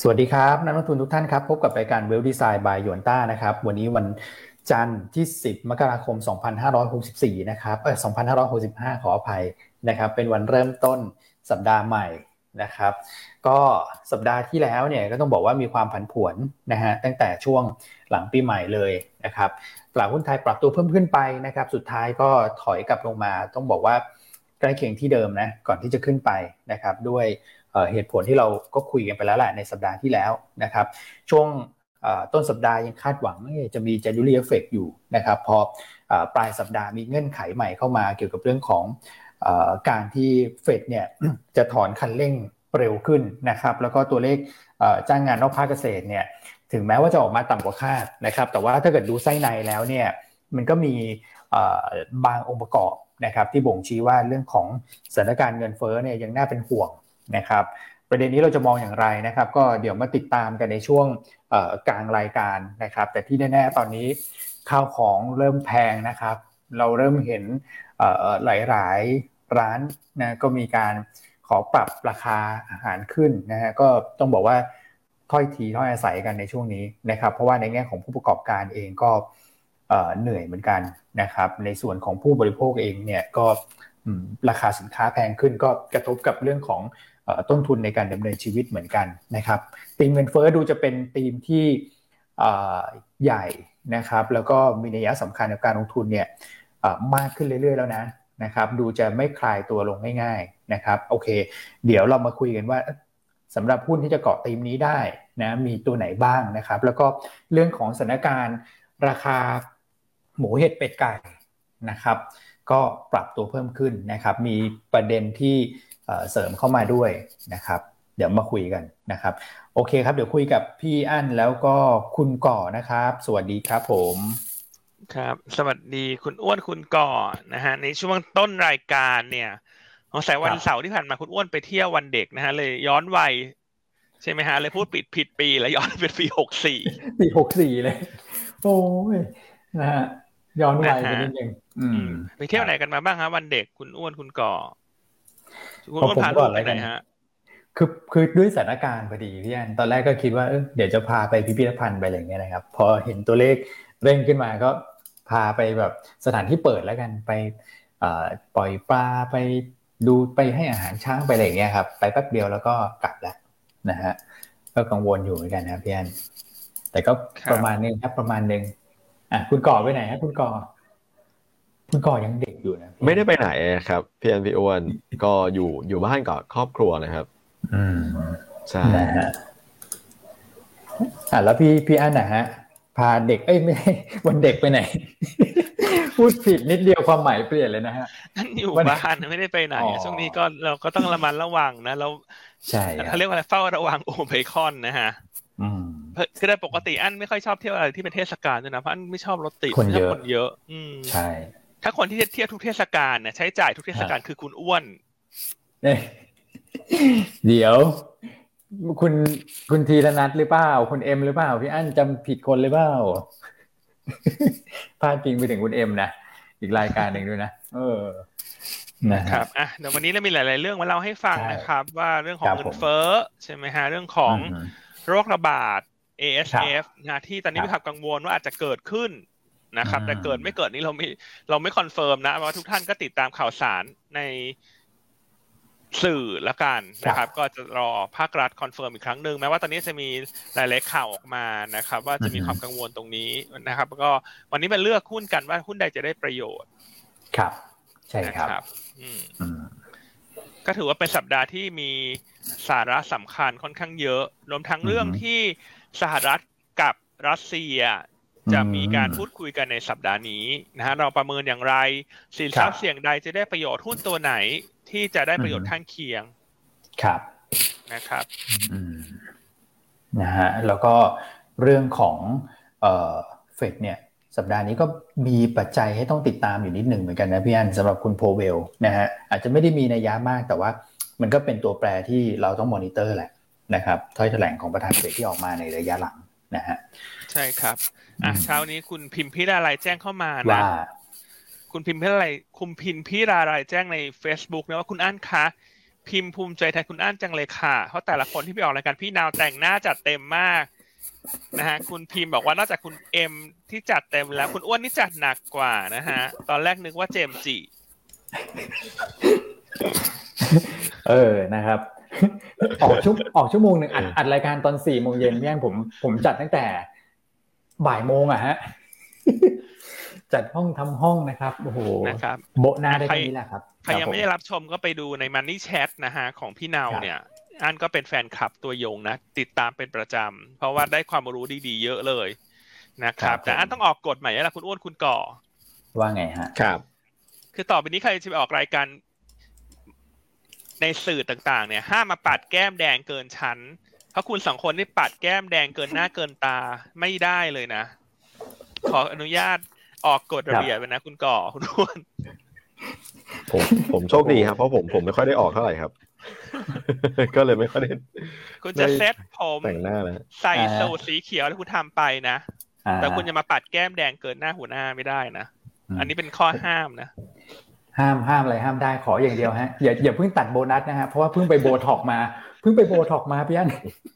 สวัสดีครับนักลงทุนทุกท่านครับพบกับรายการ Wealth Design by หยวนต้านะครับวันนี้วันจันทร์ที่10มกราคม2564นะครับ2565ขออภัยนะครับเป็นวันเริ่มต้นสัปดาห์ใหม่นะครับก็สัปดาห์ที่แล้วเนี่ยก็ต้องบอกว่ามีความผันผวนนะฮะตั้งแต่ช่วงหลังปีใหม่เลยนะครับตลาดหุ้นไทยปรับตัวเพิ่มขึ้นไปนะครับสุดท้ายก็ถอยกลับลงมาต้องบอกว่าใกล้เคียงที่เดิมนะก่อนที่จะขึ้นไปนะครับด้วยเหตุผลที่เราก็คุยกันไปแล้วแหละในสัปดาห์ที่แล้วนะครับช่วงต้นสัปดาห์ยังคาดหวังจะมี January Effect อยู่นะครับพอปลายสัปดาห์มีเงื่อนไขใหม่เข้ามาเกี่ยวกับเรื่องของการที่เฟดเนี่ยจะถอนคันเร่งเร็วขึ้นนะครับแล้วก็ตัวเลขจ้างงานนอกภาคเกษตรเนี่ยถึงแม้ว่าจะออกมาต่ำกว่าคาดนะครับแต่ว่าถ้าเกิดดูไส้ในแล้วเนี่ยมันก็มีบางองค์ประกอบนะครับที่บ่งชี้ว่าเรื่องของสถานการณ์เงินเฟ้อเนี่ยยังน่าเป็นห่วงนะครับประเด็นนี้เราจะมองอย่างไรนะครับก็เดี๋ยวมาติดตามกันในช่วงกลางรายการนะครับแต่ที่แน่ๆตอนนี้ข้าวของเริ่มแพงนะครับเราเริ่มเห็นหลายๆร้านนะก็มีการขอปรับราคาอาหารขึ้นนะฮะก็ต้องบอกว่าถ้อยทีถ้อยอาศัยกันในช่วงนี้นะครับเพราะว่าในแง่ของผู้ประกอบการเองก็เหนื่อยเหมือนกันนะครับในส่วนของผู้บริโภคเองเนี่ยก็ราคาสินค้าแพงขึ้นก็กระทบกับเรื่องของต้นทุนในการดำเนินชีวิตเหมือนกันนะครับธีมเงินเฟ้อดูจะเป็นธีมที่ใหญ่นะครับแล้วก็มีนัยสำคัญกับการลงทุนเนี่ยมากขึ้นเรื่อยๆแล้วนะครับดูจะไม่คลายตัวลงง่ายๆนะครับโอเคเดี๋ยวเรามาคุยกันว่าสำหรับหุ้นที่จะเกาะธีมนี้ได้นะมีตัวไหนบ้างนะครับแล้วก็เรื่องของสถานการณ์ราคาหมูเห็ดเป็ดไก่นะครับก็ปรับตัวเพิ่มขึ้นนะครับมีประเด็นที่เสริมเข้ามาด้วยนะครับเดี๋ยวมาคุยกันนะครับโอเคครับเดี๋ยวคุยกับพี่อั้นแล้วก็คุณก่อนะครับสวัสดีครับผมครับสวัสดีคุณอ้วนคุณก่อนะฮะในช่วงต้นรายการเนี่ยสงสัยวันเสาร์ที่ผ่านมาคุณอ้วนไปเที่ยววันเด็กนะฮะเลยย้อนวัยใช่ไหมฮะเลยพูดผิดปีแล้วย้อนเป็นปี64 ปี64เลยโอ้ยนะฮะย้อนวันะฮะยไปนิดนึงไปเที่ยวไหนกันมาบ้างฮะวันเด็กคุณอ้วนคุณก่อคุณอ้วนพอผมพาลูกไปก่อนแล้วกันไหนฮะคือด้วยสถานการณ์พอดีพี่อันตอนแรกก็คิดว่าเดี๋ยวจะพาไปพิพิธภัณฑ์ไปอะไรอย่างเงี้ยนะครับพอเห็นตัวเลขเร่งขึ้นมาก็พาไปแบบสถานที่เปิดแล้วกันไปปล่อยปลาไปดูไปให้อาหารช้างไปอะไรอย่างเงี้ยครับไปแป๊บเดียวแล้วก็กลับแล้วนะฮะก็กังวลอยู่เหมือนกันนะครับพี่อันแต่ก็ประมาณนึงครับประมาณนึงคุณก่อไปไหนครับคุณก่อยังเด็กอยู่นะไม่ได้ไปไหนครับพี่อันพี่อ้วนก็อยู่บ้านกับครอบครัวนะครับใช่นะฮะแล้วพี่อันนะฮะพาเด็กไม่ใช่วันเด็กไปไหนพูดผิดนิดเดียวความหมายเปลี่ยนเลยนะฮะนั่นอยู่บ้านไม่ได้ไปไหนช่วงนี้ก็เราก็ต้องระมัดระวังนะเราใช่เขาเรียกว่าอะไรเฝ้าระวังโอไมครอนนะฮะคือโดยปกติอันไม่ค่อยชอบเที่ยวอะไรที่เป็นเทศกาลด้วยนะเพราะอันไม่ชอบรถติดไม่ชอบคนเยอะใช่ถ้าคนที่จะเที่ยวทุกเทศกาลเนี่ยใช้จ่ายทุกเทศกาลคือคุณอ้วนเดี๋ยวคุณธีรนัทหรือเปล่าคุณเอ็มหรือเปล่าพี่อั้นจำผิดคนหรือเปล่าพาดพิงไปถึงคุณเอ็มนะอีกรายการหนึ่งด้วยนะนะครับเดี๋ยววันนี้เรามีหลายๆเรื่องมาเล่าให้ฟังนะครับว่าเรื่องของเงินเฟ้อใช่ไหมฮะเรื่องของโรคระบาด ASF นะที่ตอนนี้มีความกังวลว่าอาจจะเกิดขึ้นนะครับแต่เกิดไม่เกิดนี้เราไม่คอนเฟิร์มนะว่าทุกท่านก็ติดตามข่าวสารในสื่อละกันนะครับก็จะรอภาครัฐคอนเฟิร์มอีกครั้งหนึ่งแม้ว่าตอนนี้จะมีหลายๆข่าวออกมานะครับว่าจะมีความกังวลตรงนี้นะครับแล้วก็วันนี้มาเลือกหุ้นกันว่าหุ้นใดจะได้ประโยชน์ครับใช่ครับก็ถือว่าเป็นสัปดาห์ที่มีสาระสำคัญค่อนข้างเยอะรวมทั้งเรื่องที่สหรัฐกับรัสเซียจะมีการพูดคุยกันในสัปดาห์นี้นะฮะเราประเมินอย่างไรสินทรัพย์เสี่ยงใดจะได้ประโยชน์หุ้นตัวไหนที่จะได้ประโยชน์ข้างเคียงครับนะครับนะฮะแล้วก็เรื่องของเฟดเนี่ยสัปดาห์นี้ก็มีปัจจัยให้ต้องติดตามอยู่นิดหนึ่งเหมือนกันนะพี่อันสำหรับคุณโพเวลนะฮะอาจจะไม่ได้มีนัยยะมากแต่ว่ามันก็เป็นตัวแปรที่เราต้องมอนิเตอร์แหละนะครับถ้อยแถลงของประธานเฟดที่ออกมาในระยะหลังนะฮะใช่ครับเช้านี้คุณพิมพิราลัยแจ้งเข้ามานะคุณพิมพิราลัยแจ้งใน Facebook นะว่าคุณอั้นคะพิมพ์ภูมิใจแทนคุณอั้นจังเลยค่ะเพราะแต่ละคนที่ไปออกรายการพี่นาวแต่งหน้าจัดเต็มมากนะฮะคุณพิมพ์บอกว่านอกจากคุณเอ็มที่จัดเต็มแล้วคุณอ้วนนี่จัดหนักกว่านะฮะตอนแรกนึกว่าเจมส์จินะครับออกชั่วโมงนึงอัดรายการตอน 4:00 นพี่อั้นผมจัดตั้งแต่บ่ายโมงฮะจัดห้องทำห้องนะครับโอ้โหนะครับโบะหน้าได้แค่นี้แหละครับใครยังไม่ได้รับชมก็ไปดูใน Money Chat นะฮะของพี่นาวเนี่ยอันก็เป็นแฟนคลับตัวยงนะติดตามเป็นประจำเพราะว่าได้ความรู้ดีๆเยอะเลยนะครับแต่อันต้องออกกฎใหม่แล้วล่ะคุณอ้วนคุณก่อว่าไงฮะครับคือต่อไปนี้ใครจะไปออกรายการในสื่อต่างๆเนี่ยห้ามมาปัดแก้มแดงเกินชั้นเพราะคุณสองคนนี่ปัดแก้มแดงเกินหน้าเกินตาไม่ได้เลยนะขออนุญาตออกกฎระเบียบนะคุณก่อคุณอ้วนผมโชคดีครับเพราะผมไม่ค่อยได้ออกเท่าไหร่ครับก็เลยไม่ค่อยได้คุณจะเซ็ตผมแต่งหน้าแล้วใส่สูทสีเขียวแล้วคุณทำไปนะแต่คุณจะมาปัดแก้มแดงเกินหน้าหัวหน้าไม่ได้นะอันนี้เป็นข้อห้ามนะห้ามอะไรห้ามได้ขออย่างเดียวฮะอย่าเพิ่งตัดโบนัสนะฮะเพราะว่าเพิ่งไปโบท็อกมาพี่อั้น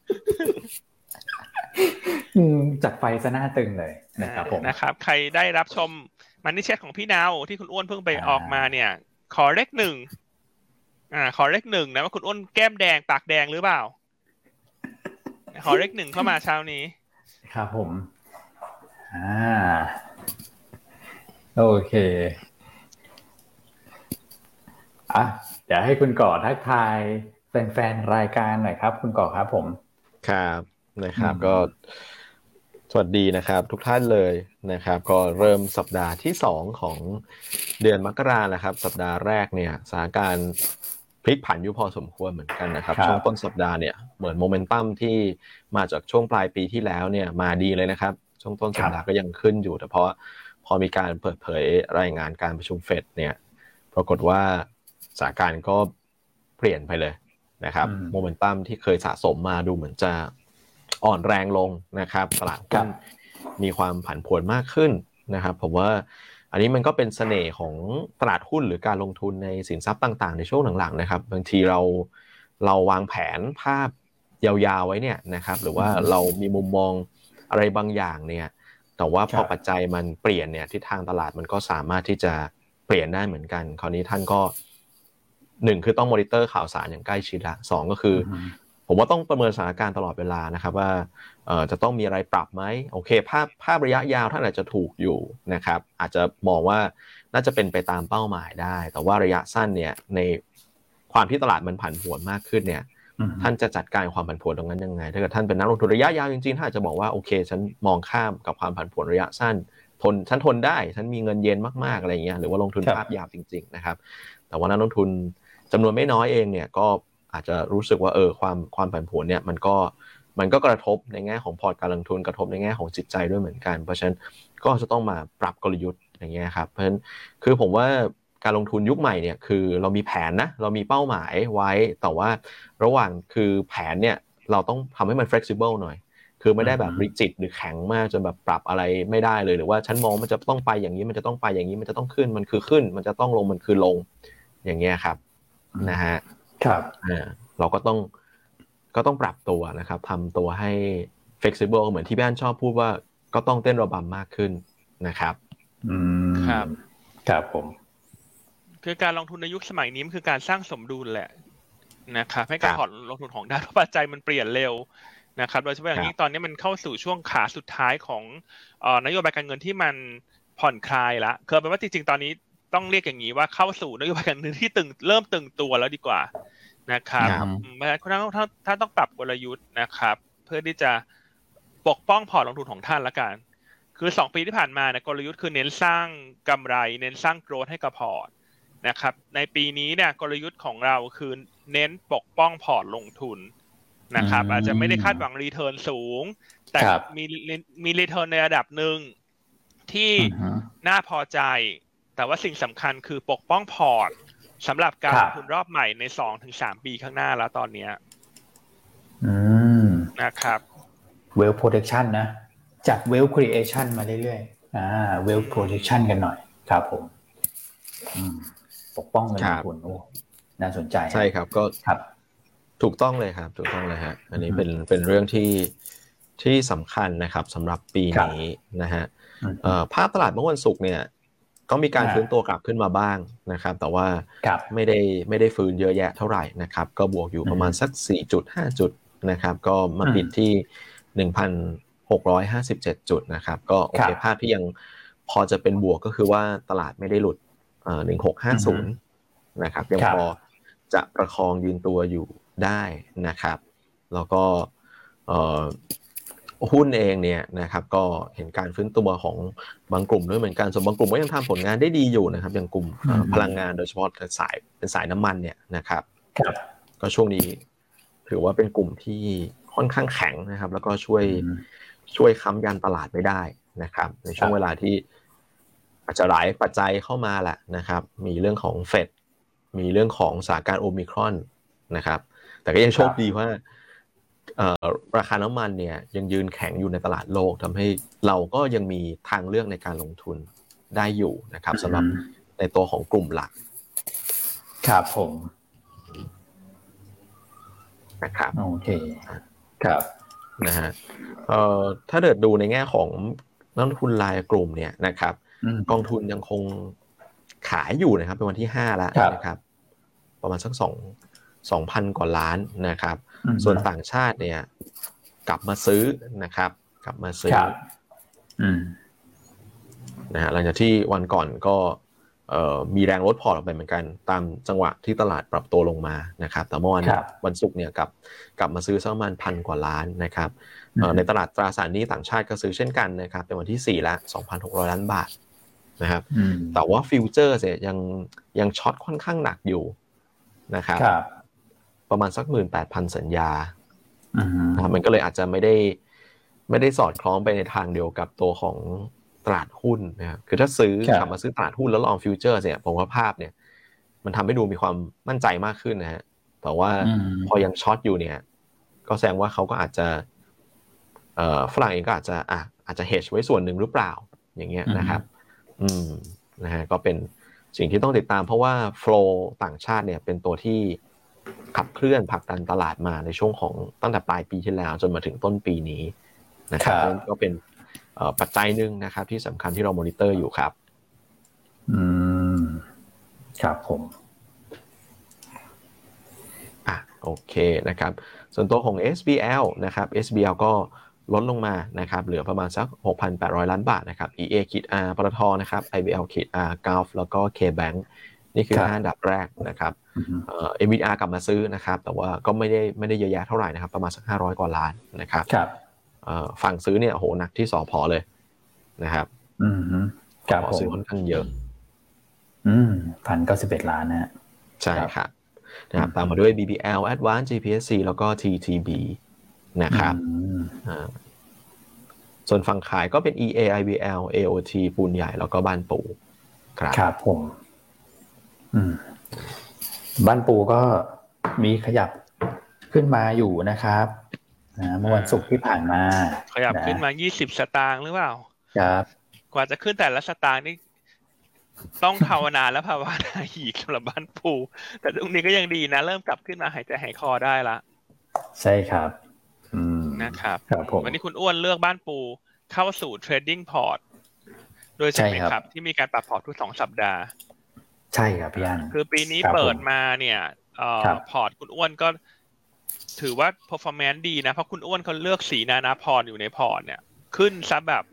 จัดไฟซะหน้าตึงเลยนะครับผมนะครับใครได้รับชมมันนี่แชทของพี่นาวที่คุณอ้วนเพิ่งไปออกมาเนี่ยขอเลข 1ขอเลข 1นะว่าคุณอ้วนแก้มแดงปากแดงหรือเปล่าขอเลข 1เข้ามาเช้านี้ครับผมโอเคเดี๋ยวให้คุณก่อทักทายแฟนๆรายการหน่อยครับคุณก่อครับผมครับนะครับก็สวัสดีนะครับทุกท่านเลยนะครับก็เริ่มสัปดาห์ที่2ของเดือนมกราคมแล้วครับสัปดาห์แรกเนี่ยสถานการณ์พลิกผันอยู่พอสมควรเหมือนกันนะครับช่วงต้นสัปดาห์เนี่ยเหมือนโมเมนตัมที่มาจากช่วงปลายปีที่แล้วเนี่ยมาดีเลยนะครับช่วงต้นสัปดาห์ก็ยังขึ้นอยู่แต่พอมีการเปิดเผยรายงานการประชุมเฟดเนี่ยปรากฏว่าสถานการณ์ก็เปลี่ยนไปเลยนะครับโมเมนตัมที่เคยสะสมมาดูเหมือนจะอ่อนแรงลงนะครับตลาดหุ้นมีความผันผวนมากขึ้นนะครับผมว่าอันนี้มันก็เป็นเสน่ห์ของตลาดหุ้นหรือการลงทุนในสินทรัพย์ต่างๆในช่วงหลังๆนะครับบางทีเราวางแผนภาพยาวๆไว้เนี่ยนะครับหรือว่าเรามีมุมมองอะไรบางอย่างเนี่ยแต่ว่าพอปัจจัยมันเปลี่ยนเนี่ยทิศทางตลาดมันก็สามารถที่จะเปลี่ยนได้เหมือนกันคราวนี้ท่านก็1คือต้องมอนิเตอร์ข่าวสารอย่างใกล้ชิดละ2ก็คือผมว่าต้องประเมินสถานการณ์ตลอดเวลานะครับว่าจะต้องมีอะไรปรับไหมโอเคภาพระยะยาวท่านอาจจะถูกอยู่นะครับอาจจะมองว่าน่าจะเป็นไปตามเป้าหมายได้แต่ว่าระยะสั้นเนี่ยในความที่ตลาดมันผันผวนมากขึ้นเนี่ยท่านจะจัดการความผันผวนตรงนั้นยังไงถ้าเกิดท่านเป็นนักลงทุนระยะยาวจริงๆท่านอาจจะบอกว่าโอเคฉันมองข้ามกับความผันผวนระยะสั้นฉันทนได้ฉันมีเงินเย็นมากๆอะไรอย่างเงี้ยหรือว่าลงทุนภาพยาวจริงๆนะครับแต่ว่านักลงทุนจำนวนไม่น้อยเองเนี่ยก็อาจจะรู้สึกว่าความผันผวนเนี่ยมันก็กระทบในแง่ของพอร์ตการลงทุนกระทบในแง่ของจิตใจด้วยเหมือนกันเพราะฉะนั้นก็จะต้องมาปรับกลยุทธ์อย่างเงี้ยครับเพราะฉะนั้นคือผมว่าการลงทุนยุคใหม่เนี่ยคือเรามีแผนนะเรามีเป้าหมายไว้แต่ว่าระหว่างคือแผนเนี่ยเราต้องทำให้มัน flexible หน่อยคือไม่ได้แบบ rigid หรือแข็งมากจนแบบปรับอะไรไม่ได้เลยหรือว่าฉันมองมันจะต้องไปอย่างนี้มันจะต้องไปอย่างนี้มันจะต้องขึ้นมันคือขึ้นมันจะต้องลงมันคือลงอย่างเงี้ยครับนะฮะครับเราก็ต้องปรับตัวนะครับทำตัวให้ flexible เหมือนที่พี่อั้นชอบพูดว่าก็ต้องเต้นระบำมากขึ้นนะครับครับครับผมคือการลงทุนในยุคสมัยนี้มันคือการสร้างสมดุลแหละนะครับให้การพอร์ตลงทุนของด้านปัจจัยมันเปลี่ยนเร็วนะครับโดยเฉพาะอย่างยิ่งตอนนี้มันเข้าสู่ช่วงขาสุดท้ายของนโยบายการเงินที่มันผ่อนคลายละคือแปลว่าจริงๆตอนนี้ต้องเรียกอย่างนี้ว่าเข้าสู่นโยบายการเงินที่เริ่มตึงตัวแล้วดีกว่านะครับเพราะฉะนั้นท่านต้องปรับกลยุทธ์นะครับเพื่อที่จะปกป้องพอร์ตลงทุนของท่านละกันคือ2ปีที่ผ่านมาเนี่ยกลยุทธ์คือเน้นสร้างกำไรเน้นสร้างโกรทให้กับพอร์ตนะครับในปีนี้เนี่ยกลยุทธ์ของเราคือเน้นปกป้องพอร์ตลงทุนนะครับอาจจะไม่ได้คาดหวังรีเทิร์นสูงแต่มีรีเทิร์นในระดับหนึ่งที่น่าพอใจแต่ว่าสิ่งสำคัญคือปกป้องพอร์ตสำหรับการลงทุนรอบใหม่ใน 2-3 ปีข้างหน้าแล้วตอนนี้นะครับ Wealth Protection นะจาก Wealth Creation มาเรื่อยๆWealth Protection กันหน่อยครับผมปกป้องเงินลงทุนโอ้น่าสนใจใช่ครับก็ครับถูกต้องเลยครับถูกต้องเลยฮะอันนี้เป็นเรื่องที่สำคัญนะครับสำหรับปีนี้นะฮะภาพตลาดเมื่อวันศุกร์เนี่ยก็มีการฟื้นตัวกลับขึ้นมาบ้างนะครับแต่ว่าไม่ได้ฟื้นเยอะแยะเท่าไหร่นะครับก็บวกอยู่ประมาณสัก 4.5 จุดนะครับก็มาปิดที่ 1,657 จุดนะครับก็โอเคภาพที่ยังพอจะเป็นบวกก็คือว่าตลาดไม่ได้หลุด1650นะครับยังพอจะประคองยืนตัวอยู่ได้นะครับแล้วก็หุ้นเองเนี่ยนะครับก็เห็นการฟื้นตัวของบางกลุ่มด้วยเหมือนกันส่วนบางกลุ่มก็ยังทำผลงานได้ดีอยู่นะครับอย่างกลุ่มพลังงานโดยเฉพาะเป็นสายน้ำมันเนี่ยนะครับก็ช่วงนี้ถือว่าเป็นกลุ่มที่ค่อนข้างแข็งนะครับแล้วก็ช่วยค้ำยันตลาดไม่ได้นะครับในช่วงเวลาที่อาจจะหลายปัจจัยเข้ามาแหละนะครับมีเรื่องของเฟดมีเรื่องของสถานการณ์โอมิครอนนะครับแต่ก็ยังโชคดีว่าราคาน้ำมันเนี่ยยังยืนแข็งอยู่ในตลาดโลกทำให้เราก็ยังมีทางเลือกในการลงทุนได้อยู่นะครับสำหรับในตัวของกลุ่มหลักครับผมนะครับโอเคครับนะฮะถ้าเกิดดูในแง่ของนักลงทุนรายกลุ่มเนี่ยนะครับกองทุนยังคงขายอยู่นะครับเป็นวันที่5แล้วนะครับประมาณสัก2,000 กว่าล้านนะครับส่วนต่างชาติเนี่ยกลับมาซื้อนะครับกลับมาซื้อนะฮะหลังจากที่วันก่อนก็มีแรงลดพอร์ตออกไปเหมือนกันตามจังหวะที่ตลาดปรับตัวลงมานะครับแต่เมื่อวันศุกร์เนี่ยกลับมาซื้อสักประมาณ1,000 กว่าล้านนะครับในตลาดตราสารหนี้ต่างชาติก็ซื้อเช่นกันนะครับเป็นวันที่4แล้ว 2,600 ล้านบาทนะครับแต่ว่าฟิวเจอร์เนี่ยยังช็อตค่อนข้างหนักอยู่นะครับประมาณสัก 18,000 สัญญานะครับมันก็เลยอาจจะไม่ได้สอดคล้องไปในทางเดียวกับตัวของตลาดหุ้นนะครับคือถ้ากลับมาซื้อตลาดหุ้นแล้วลองฟิวเจอร์เนี่ยผมว่าภาพเนี่ยมันทำให้ดูมีความมั่นใจมากขึ้นนะฮะแต่ว่าพอยังช็อตอยู่เนี่ยก็แสดงว่าเขาก็อาจจะฝรั่งเองก็อาจจะเฮดไว้ส่วนหนึ่งหรือเปล่าอย่างเงี้ยนะครับนะฮะก็เป็นสิ่งที่ต้องติดตามเพราะว่าโฟลว์ต่างชาติเนี่ยเป็นตัวที่ขับเคลื่อนผลักดันตลาดมาในช่วงของตั้งแต่ปลายปีที่แล้วจนมาถึงต้นปีนี้นะครับก็เป็นปัจจัยหนึ่งนะครับที่สำคัญที่เรามอนิเตอร์อยู่ครับครับผมโอเคนะครับส่วนตัวของ SBL นะครับ SBL ก็ลดลงมานะครับเหลือประมาณสัก 6,800 ล้านบาทนะครับ EA-R ปตทนะครับ IBL-R Gulf แล้วก็ KBank นี่คือ5อันดับแรกนะครับMVR กลับมาซื้อนะครับแต่ว่าก็ไม่ได้เยอะแยะเท่าไหร่นะครับประมาณสัก500 กว่าล้านนะครับฝั่งซื้อเนี่ยโหหนักที่สผ.เลยนะครับขอซื้อค่อนข้างเยอะ 1,091 ล้านนะใช่ครับนะครับตามมาด้วย BBL Advance GPSC แล้วก็ TTB นะครับส่วนฝั่งขายก็เป็น EA IBL AOT ปูนใหญ่แล้วก็บ้านปูครับผมบ้านปูก็มีขยับขึ้นมาอยู่นะครับเมื่อวันศุกร์ที่ผ่านมาขยับขึ้นมา20 สตางค์หรือเปล่าครับกว่าจะขึ้นแต่ละสตางค์นี่ต้องภาวนาและภาวนาอีกสำหรับบ้านปูแต่ตรงนี้ก็ยังดีนะเริ่มกลับขึ้นมาหายใจหายคอได้ละใช่ครับนะครับวันนี้คุณอ้วนเลือกบ้านปูเข้าสู่ trading port โดยใช่ไหมครับที่มีการปรับพอร์ตทุก2 สัปดาห์ใช่ครับพี่อั้นคือปีนี้เปิดมาเนี่ยพอร์ตคุณอ้วนก็ถือว่า performance ดีนะเพราะคุณอ้วนเขาเลือกสีนานาพรอยู่ในพอร์ตเนี่ยขึ้นซะแบบ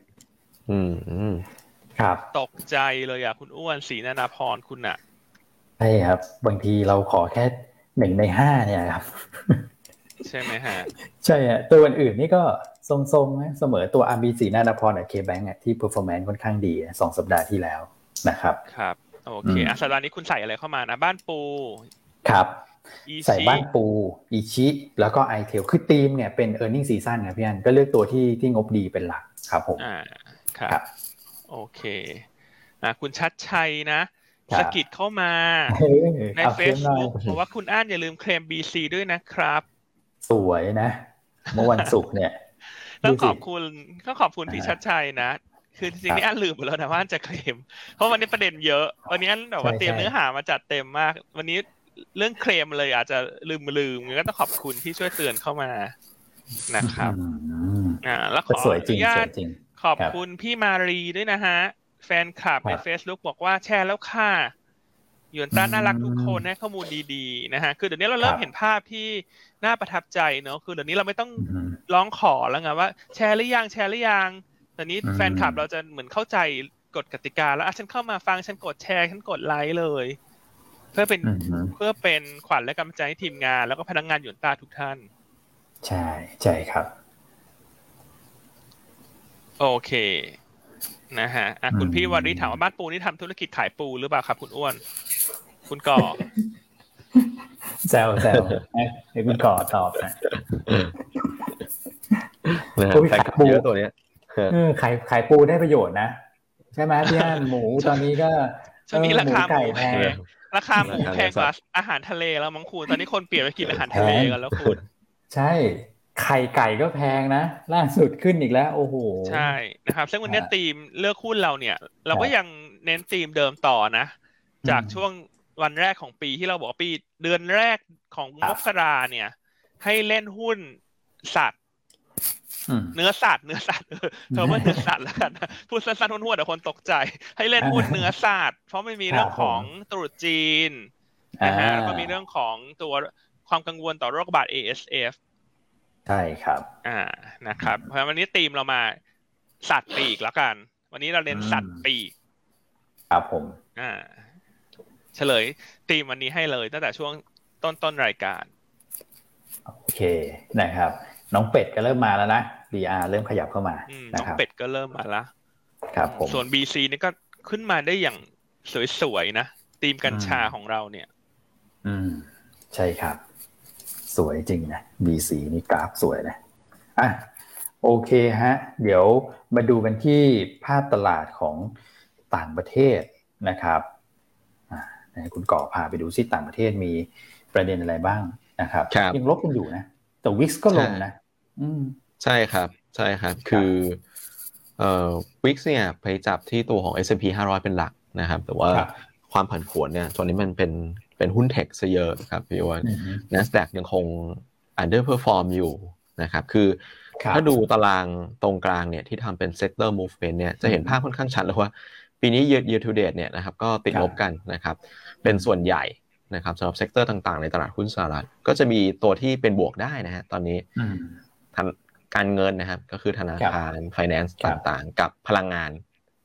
ครับตกใจเลยอ่ะคุณอ้วนสีนานาพรคุณอ่ะใช่ครับบางทีเราขอแค่1 ใน 5เนี่ยครับใช่ไหมฮะใช่ฮะตัวอื่นๆนี่ก็ทรงๆนะเสมอตัว RB สีนานาพรกับ KBank ที่ performance ค่อนข้างดี2 สัปดาห์ที่แล้วนะครับครับโอเคสัปดาห์นี้คุณใส่อะไรเข้ามานะบ้านปูครับใส่บ้านปูอีชิแล้วก็ iTel คือธีมเนี่ยเป็น earning season ครับพี่อันก็เลือกตัวที่งบดีเป็นหลักครับผมครับโอเคคุณชัดชัยนะสกิดเข้ามาใน Facebook บอกว่าคุณอ้านอย่าลืมเคลม BC ด้วยนะครับสวยนะเมื่อวันศุกร์เนี่ยต้องขอบคุณพี่ชัดชัยนะคือจริงๆนี่อ้านลืมไปแล้วนะว่าจะเคลมเพราะวันนี้ประเด็นเยอะวันนี้อ้านแบบว่าเตรียมเนื้อหามาจัดเต็มมากวันนี้เรื่องเคลมเลยอาจจะลืมก็ต้องขอบคุณที่ช่วยเตือนเข้ามานะครับแล้วขออนุญาตขอบคุณพี่มารีด้วยนะฮะแฟนคลับใน Facebook บอกว่าแชร์แล้วค่ะหยวนต้าน่ารักทุกคนให้ข้อมูลดีๆนะฮะคือเดี๋ยวนี้เราเริ่มเห็นภาพที่น่าประทับใจเนอะคือเดี๋ยวนี้เราไม่ต้องร้องขอแล้วไงว่าแชร์หรือยังตอนนี้แฟนคลับเราจะเหมือนเข้าใจกฎกติกาแล้วฉันเข้ามาฟังฉันกดแชร์ฉันกดไลค์เลยเพื่อเป็นขวัญและกำลังใจให้ทีมงานแล้วก็พนักงานหยวนต้าทุกท่านใช่ครับโอเคนะฮะคุณพี่วารีถามว่าบ้านปูนี่ทำธุรกิจขายปูหรือเปล่าครับคุณอ้วนคุณก่อแซวให้คุณก่อตอบนะขายปูตัวนี้ขายปูได้ประโยชน์นะใช่ไหมพี่อั้นหมูตอนนี้ก็ช่วงนี้ราคาหมูแพงราคาหมูแพงกว่าอาหารทะเลแล้วมั้งคุณตอนนี้คนเปลี่ยนไปกินอาหารทะเลกันแล้วคุณใช่ไข่ไก่ก็แพงนะล่าสุดขึ้นอีกแล้วโอ้โหใช่นะครับซึ่งวันนี้ธีมเลือกหุ้นเราเนี่ยเราก็ยังเน้นธีมเดิมต่อนะจากช่วงวันแรกของปีที่เราบอกปีเดือนแรกของมกราเนี่ยให้เล่นหุ้นสัตว์เนื้อสัตว์เธอว่าเนื้อสัตว์แล้วกันนะพูดสั้นๆห้วนๆแต่คนตกใจให้เล่นหุ้นเนื้อสัตว์เพราะมันมีเรื่องของตรุษจีนนะฮะแล้วก็มีเรื่องของตัวความกังวลต่อโรคระบาด ASF ใช่ครับนะครับเพราะวันนี้ธีมเรามาสัตว์ปีกแล้วกันวันนี้เราเน้นสัตว์ปีกครับผมเฉลยธีมวันนี้ให้เลยตั้งแต่ช่วงต้นรายการโอเคนะครับน้องเป็ดก็เริ่มมาแล้วนะ BR เริ่มขยับเข้ามาน้องเป็ดก็เริ่มมาแล้วครับผมส่วน BC นี่ก็ขึ้นมาได้อย่างสวยๆนะธีมกัญชาของเราเนี่ยใช่ครับสวยจริงนะ BC นี่กราฟสวยนะโอเคฮะเดี๋ยวมาดูกันที่ภาพตลาดของต่างประเทศนะครับให้คุณก่อพาไปดูซิต่างประเทศมีประเด็นอะไรบ้างนะครับยังลบกันอยู่นะแต่ VIX ก็ลงนะใช่ครับคือVIX เนี่ยไปจับที่ตัวของ S&P 500เป็นหลักนะครับแต่ว่าความผันผวนเนี่ยตอนนี้มันเป็นหุ้นเทคซะเยอะครับพี่ว่า NASDAQ ยังคง underperform อยู่นะครับคือถ้าดูตารางตรงกลางเนี่ยที่ทำเป็น sector movement เนี่ยจะเห็นภาพค่อนข้างชัดเลยว่าปีนี้ year to date เนี่ยนะครับก็ติดลบกันนะครับเป็นส่วนใหญ่นะครับสำหรับเซกเตอร์ต่างๆในตลาดหุ้นสหรัฐก็จะมีตัวที่เป็นบวกได้นะฮะตอนนี้การเงินนะครับก็คือธนาคาร finance ต่างๆกับพลังงาน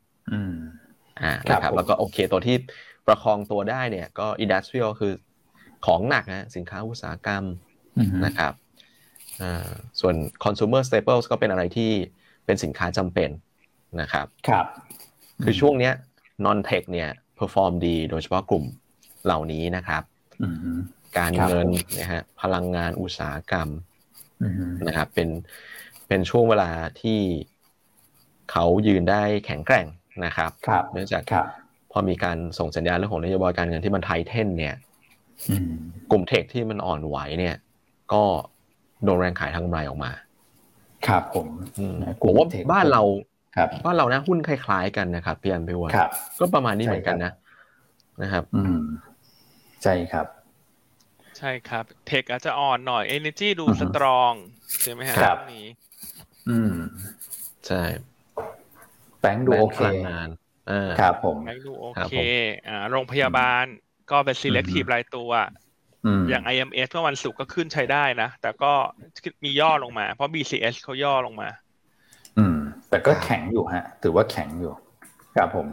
นะครับแล้วก็โอเคตัวที่ประคองตัวได้เนี่ยก็ industrial คือของหนักนะสินค้าอุตสาหกรรมนะครับส่วน consumer staples ก็เป็นอะไรที่เป็นสินค้าจำเป็นนะครับคือช่วงเนี้ย non tech เนี่ย perform ดีโดยเฉพาะกลุ่มเหล่านี้นะครับการเงินนะฮะพลังงานอุตสาหกรรมนะครับเป็นช่วงเวลาที่เขายืนได้แข็งแกร่งนะครับเนื่องจากพอมีการส่งสัญญาณเรื่องของนโยบายการเงินที่มันไทเทนเนี่ยกลุ่มเทคที่มันอ่อนไหวเนี่ยก็โดนแรงขายทางกำไรออกมาครับผมว่าบ้านเรานะหุ้นคล้ายๆกันนะครับพี่อันพี่ว่าก็ประมาณนี้เหมือนกันนะครับใช่ครับเทคอาจจะอ่อนหน่อย Energy ดูสตรองใช่ไหมฮะตรงนี้ใช่แบงค์ดูโอเคครับผมแบงค์ดูโอเคโรงพยาบาลก็เป็น selective รายตัวอย่าง IMS เมื่อวันศุกร์ก็ขึ้นใช้ได้นะแต่ก็มีย่อลงมาเพราะ BCS เขาย่อลงมาแต่ก็แข็งอยู่ฮะถือว่าแข็งอยู่ครับผม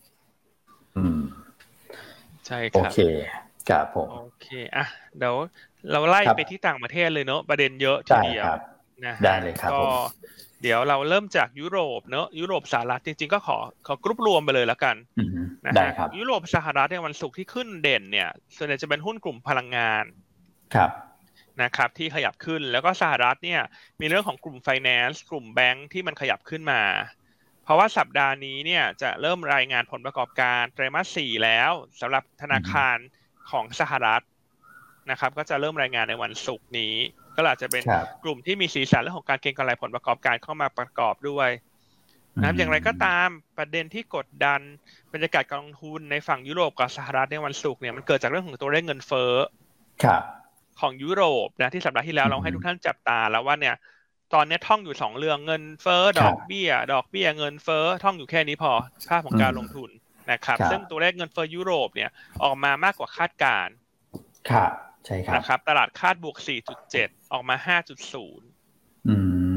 ใช่ครับโอเคครับผมโอเคเดี๋ยวเราไล่ไปที่ต่างประเทศเลยเนอะประเด็นเยอะทีเดียวนะได้เลยครับก็เดี๋ยวเราเริ่มจากยุโรปเนอะยุโรปสหรัฐจริงๆก็ขอกรุ๊ปรวมไปเลยแล้วกันนะฮะยุโรปสหรัฐในวันศุกร์ที่ขึ้นเด่นเนี่ยส่วนใหญ่จะเป็นหุ้นกลุ่มพลังงานนะครับที่ขยับขึ้นแล้วก็สหรัฐเนี่ยมีเรื่องของกลุ่ม finance กลุ่มแบงค์ที่มันขยับขึ้นมาเพราะว่าสัปดาห์นี้เนี่ยจะเริ่มรายงานผลประกอบการไตรมาส 4แล้วสำหรับธนาคารของสหรัฐนะครับก็จะเริ่มรายงานในวันศุกร์นี้ก็อาจจะเป็นกลุ่มที่มีสีสันเรื่องของการเก็งกำไรผลประกอบการเข้ามาประกอบด้วยนะครับอย่างไรก็ตามประเด็นที่กดดันบรรยากาศการลงทุนในฝั่งยุโรปกับสหรัฐในวันศุกร์เนี่ยมันเกิดจากเรื่องของตัวเลขเงินเฟ้อของยุโรปนะที่สัปดาห์ที่แล้วเราให้ทุกท่านจับตาแล้วว่าเนี่ยตอนนี้ท่องอยู่2เรื่องเงินเฟ้อดอกเบี้ยเงินเฟ้อท่องอยู่แค่นี้พอภาพของการลงทุนนะครับซึ่งตัวเลขเงินเฟ้อยุโรปเนี่ยออกมามากกว่าคาดการณ์ครับใช่ครับนะครับตลาดคาดบวก 4.7 ออกมา 5.0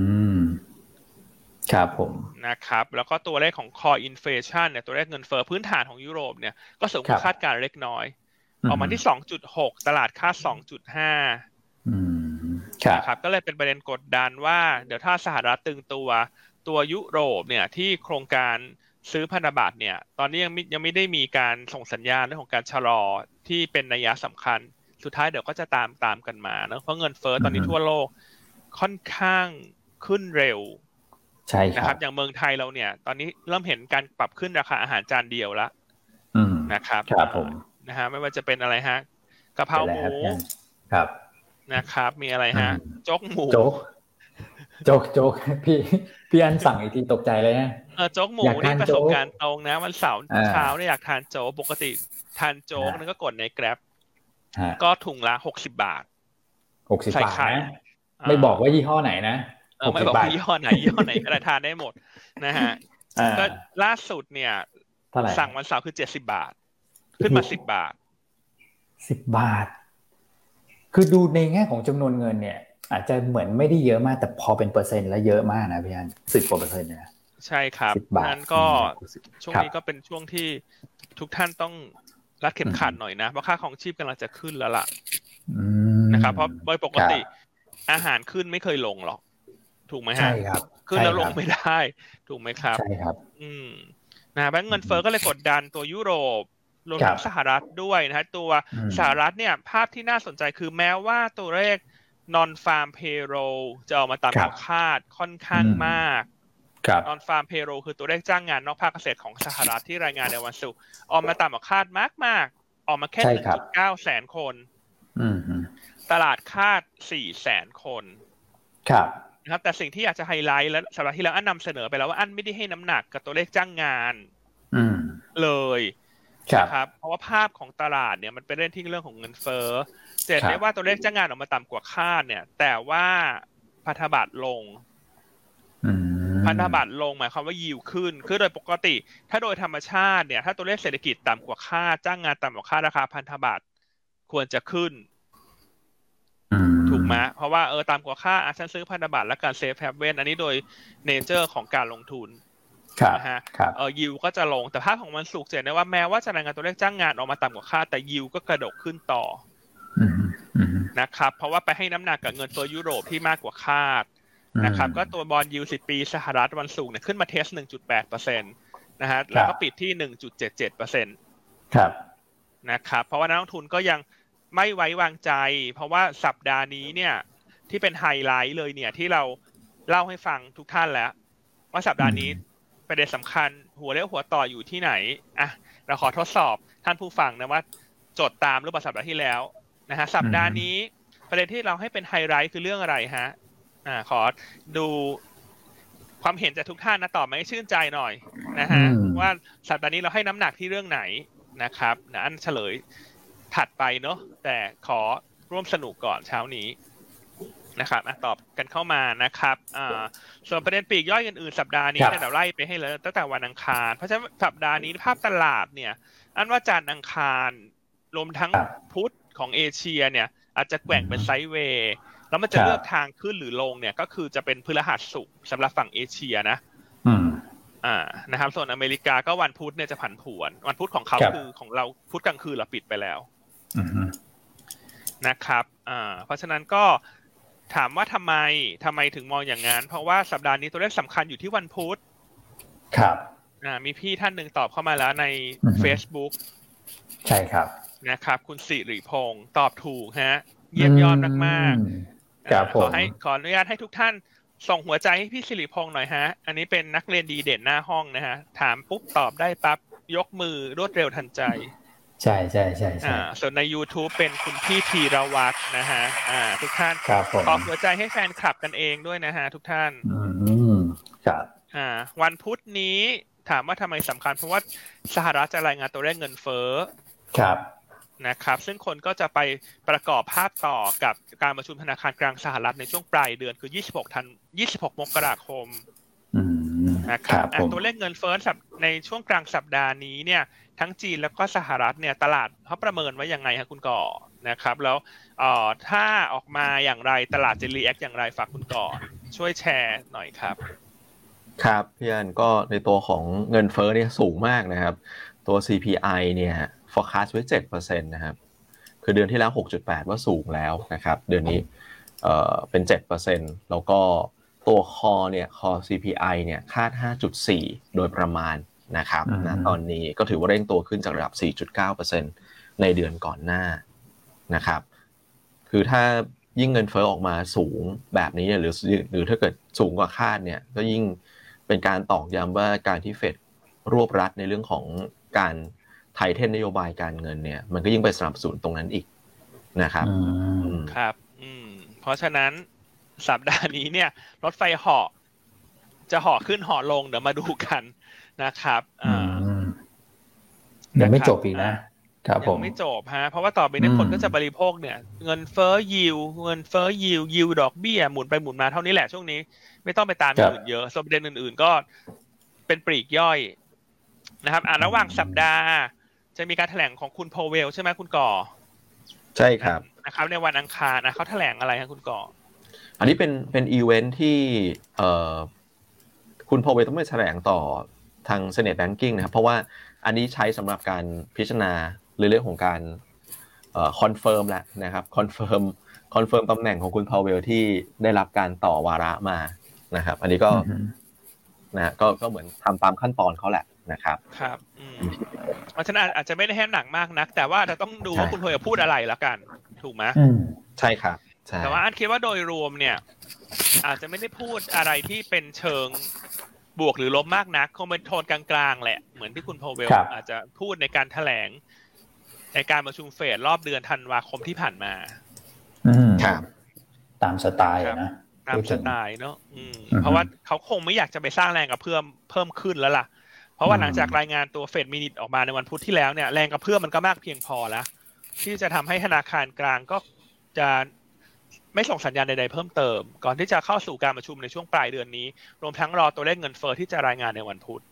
ครับผมนะครับแล้วก็ตัวเลขของ core inflation เนี่ยตัวเลขเงินเฟ้อพื้นฐานของยุโรปเนี่ยก็สูงกว่าคาดการณ์เล็กน้อยออกมาที่ 2.6 ตลาดคาด 2.5 นะครับก็เลยเป็นประเด็นกดดันว่าเดี๋ยวถ้าสหรัฐตึงตัวยุโรปเนี่ยที่โครงการซื้อพันธบัตรเนี่ยตอนนี้ยังไม่ได้มีการส่งสัญญาณเรื่องของการชะลอที่เป็นนัยสำคัญสุดท้ายเดี๋ยวก็จะตามกันมานะเพราะเงินเฟ้อตอนนี้ทั่วโลกค่อนข้างขึ้นเร็วใช่นะครับอย่างเมืองไทยเราเนี่ยตอนนี้เริ่มเห็นการปรับขึ้นราคาอาหารจานเดียวแล้วนะครับครับผมนะฮะไม่ว่าจะเป็นอะไรฮะกะเพราหมูครับนะครับมีอะไรฮะโจ๊กหมูโจ๊กพี่อันสั่งอีกทีตกใจเลยนะโจ๊กหมูนี่ประสบการณ์ตรงนะวันเสาร์เช้าเนี่ยอยากทานโจ๊กปกติทานโจ๊กนึงก็กดใน Grab ก็ถุงละ60 บาท 60 บาทนะไม่บอกว่ายี่ห้อไหนนะไม่บอกยี่ห้อไหนอะไรทานได้หมดนะฮะก็ล่าสุดเนี่ยสั่งวันเสาร์คือ70 บาทขึ้นมา10 บาท 10 บาทคือดูในแง่ของจำนวนเงินเนี่ยอาจจะเหมือนไม่ได้เยอะมากแต่พอเป็นเปอร์เซ็นต์แล้วเยอะมากนะพี่อัน10 กว่าเปอร์เซ็นต์นะใช่ครับนั้นก็ช่วงนี้ก็เป็นช่วงที่ทุกท่านต้องรัดเข็มขัดหน่อยนะเพราะค่าของชีพกำลังจะขึ้นแล้วล่ะนะครับเพราะโดยปกติอาหารขึ้นไม่เคยลงหรอกถูกไหมฮะใช่ครับขึ้นแล้วลงไม่ได้ถูกไหมครับใช่ครับนะแบงก์เงินเฟ้อก็เลยกดดันตัวยุโรปรวมทั้งสหรัฐด้วยนะฮะตัวสหรัฐเนี่ยภาพที่น่าสนใจคือแม้ว่าตัวเลข non farm payroll จะออกมาต่ำกว่าคาดค่อนข้างมาก non farm payroll คือตัวเลขจ้างงานนอกภาคเกษตรของสหรัฐที่รายงานในวันศุกร์ออกมาต่ำกว่าคาดมากๆออกมาแค่ 1.9 แสนคนตลาดคาด 4 แสนคนนะครับแต่สิ่งที่อยากจะไฮไลท์และสัปดาห์ที่แล้วอันนำเสนอไปแล้วว่าอันไม่ได้ให้น้ำหนักกับตัวเลขจ้างงานเลยนะครับเพราะว่าภาพของตลาดเนี่ยมันเป็นเรื่องของเงินเฟ้อเห็นได้ว่าตัวเลขจ้างงานออกมาต่ำกว่าคาดเนี่ยแต่ว่าพันธบัตรลงหมายความว่ายิวขึ้นคือโดยปกติถ้าโดยธรรมชาติเนี่ยถ้าตัวเลขเศรษฐกิจต่ำกว่าคาดจ้างงานต่ำกว่าคาดราคาพันธบัตรควรจะขึ้นถูกไหมเพราะว่าตามกว่าค่าฉันซื้อพันธบัตรและการเซฟแฮปเว่นอันนี้โดยเนเจอร์ของการลงทุนนะฮะยิวก็จะลงแต่ภาพของวันศุกร์เห็นได้ว่าแม้ว่าจะรายงานตัวเลขจ้างงานออกมาต่ำกว่าคาดแต่ยิวก็กระโดดขึ้นต่อนะครับเพราะว่าไปให้น้ำหนักกับเงินเฟ้อยุโรปที่มากกว่าคาดนะครับก็ตัวบอนด์ยิว10 ปีสหรัฐวันศุกร์เนี่ยขึ้นมาเทส 1.8% นะฮะแล้วก็ปิดที่ 1.77% ครับนะครับเพราะว่านักลงทุนก็ยังไม่ไว้วางใจเพราะว่าสัปดาห์นี้เนี่ยที่เป็นไฮไลท์เลยเนี่ยที่เราเล่าให้ฟังทุกท่านแล้วว่าสัปดาห์นี้ประเด็นสำคัญหัวเรี่ยวหัวต่ออยู่ที่ไหนอ่ะเราขอทดสอบท่านผู้ฟังนะว่าจดตามหรือเปล่าสัปดาห์ที่แล้วนะฮะสัปดาห์นี้ประเด็นที่เราให้เป็นไฮไลท์คือเรื่องอะไรฮะขอดูความเห็นจากทุกท่านนะตอบมาให้ชื่นใจหน่อยนะฮะว่าสัปดาห์นี้เราให้น้ำหนักที่เรื่องไหนนะครับนะอันเฉลยถัดไปเนาะแต่ขอร่วมสนุกก่อนเช้านี้นะครับตอบกันเข้ามานะครับส่วนประเด็นปลีกย่อยอื่นๆสัปดาห์นี้เนี่ยเราไล่ไปให้เลยตั้งแต่วันอังคารเพราะฉะนั้นสัปดาห์นี้ภาพตลาดเนี่ยอันว่าจันทร์อังคารรวมทั้งพุธของเอเชียเนี่ยอาจจะแกว่งเป็นไซด์เวย์แล้วมันจะเลือกทางขึ้นหรือลงเนี่ยก็คือจะเป็นพฤหัสศุกร์สำหรับฝั่งเอเชียนะนะครับส่วนอเมริกาก็วันพุธเนี่ยจะผันผวนวันพุธของเขาคือของเราพุธกลางคืนเราปิดไปแล้วนะครับเพราะฉะนั้นก็ถามว่าทำไมถึงมองอย่างนั้นเพราะว่าสัปดาห์นี้ตัวเลขสำคัญอยู่ที่วันพุธครับมีพี่ท่านหนึ่งตอบเข้ามาแล้วใน Facebook ใช่ครับนะครับคุณสิริพงศ์ตอบถูกฮะเยี่ยมยอดมากๆขออนุญาตให้ทุกท่านส่งหัวใจให้พี่สิริพงศ์หน่อยฮะอันนี้เป็นนักเรียนดีเด่นหน้าห้องนะฮะถามปุ๊บตอบได้ปั๊บยกมือรวดเร็วทันใจใช่ส่วนใน YouTube เป็นคุณพี่ธีรวัฒน์นะฮะทุกท่านขอหัวใจให้แฟนคลับกันเองด้วยนะฮะทุกท่านครับวันพุธนี้ถามว่าทำไมสำคัญเพราะว่าสหรัฐจะรายงานตัวเลขเงินเฟ้อครับนะครับซึ่งคนก็จะไปประกอบภาพต่อกับการประชุมธนาคารกลางสหรัฐในช่วงปลายเดือนคือ26 มกราคมนะครับตัวเลขเงินเฟ้อในช่วงกลางสัปดาห์นี้เนี่ยทั้งจีนแล้วก็สหรัฐเนี่ยตลาดเขาประเมินไว้ยังไงครับคุณก่อนะครับแล้วถ้าออกมาอย่างไรตลาดจะรีแอคอย่างไรฝากคุณก่อช่วยแชร์หน่อยครับครับพี่อันก็ในตัวของเงินเฟ้อเนี่ยสูงมากนะครับตัว CPI เนี่ย forecast ไว้ 7% นะครับคือเดือนที่แล้ว 6.8 ว่าสูงแล้วนะครับเดือนนี้เป็น 7% แล้วก็ตัวคอเนี่ยคอ CPI เนี่ยคาด 5.4 โดยประมาณนะครับนะตอนนี้ก็ถือว่าเร่งตัวขึ้นจากระดับ 4.9% ในเดือนก่อนหน้านะครับคือถ้ายิ่งเงินเฟ้อออกมาสูงแบบนี้หรือถ้าเกิดสูงกว่าคาดเนี่ยก็ยิ่งเป็นการตอกย้ำว่าการที่เฟดรวบรัดในเรื่องของการไทเทนนโยบายการเงินเนี่ยมันก็ยิ่งไปสนับสนุนตรงนั้นอีกนะครับครับเพราะฉะนั้นสัปดาห์นี้เนี่ยรถไฟเหาะจะเหาะขึ้นเหาะลงเดี๋ยวมาดูกันนะครับยังไม่จบอีกนะครับผมยังไม่จบฮะเพราะว่าต่อไปนี้คนก็จะบริโภคเนี่ยเงินเฟ้อยิวดอกเบี้ยหมุนไปหมุนมาเท่านี้แหละช่วงนี้ไม่ต้องไปตามอย่างอื่นเยอะส่วนประเด็นอื่นๆก็เป็นปลีกย่อยนะครับระหว่างสัปดาห์จะมีการแถลงของคุณโพเวลใช่ไหมคุณก่อใช่ครับนะครับในวันอังคารเขาแถลงอะไรครับคุณก่ออันนี้เป็นอีเวนท์ที่คุณโพเวลต้องไปแถลงต่อทาง Senate Banking นะครับเพราะว่าอันนี้ใช้สำหรับการพิจารณาเรื่องของการคอนเฟิร์มแล้วนะครับคอนเฟิร์มตำแหน่งของคุณพาวเวลที่ได้รับการต่อวาระมานะครับอันนี้ก็นะก็เหมือนทำตามขั้นตอนเขาแหละนะครับครับเพราะฉะนั้นอาจจะไม่ได้แห้งหนักมากนักแต่ว่าจะต้องดูว่าคุณพาวเวลพูดอะไรละกันถูกไหมใช่ครับแต่ว่าอันคิดว่าโดยรวมเนี่ยอาจจะไม่ได้พูดอะไรที่เป็นเชิงบวกหรือลบมากนักคงเป็นโทนกลางๆแหละเหมือนที่คุณพาวเวลอาจจะพูดในการแถลงในการประชุมเฟดรอบเดือนธันวาคมที่ผ่านมาครับตามสไตล์นะตามสไตล์เนาะเพราะว่าเขาคงไม่อยากจะไปสร้างแรงกระเพื่อมเพิ่มขึ้นแล้วล่ะเพราะว่าหลังจากรายงานตัวเฟดมินิทออกมาในวันพุธที่แล้วเนี่ยแรงกระเพื่อมมันก็มากเพียงพอแล้วที่จะทำให้ธนาคารกลางก็จะไม่ส่งสัญญาณใดๆเพิ่มเติมก่อนที่จะเข้าสู่การประชุมในช่วงปลายเดือนนี้รวมทั้งรอตัวเลขเงินเฟ้อที่จะรายงานในวันพุธ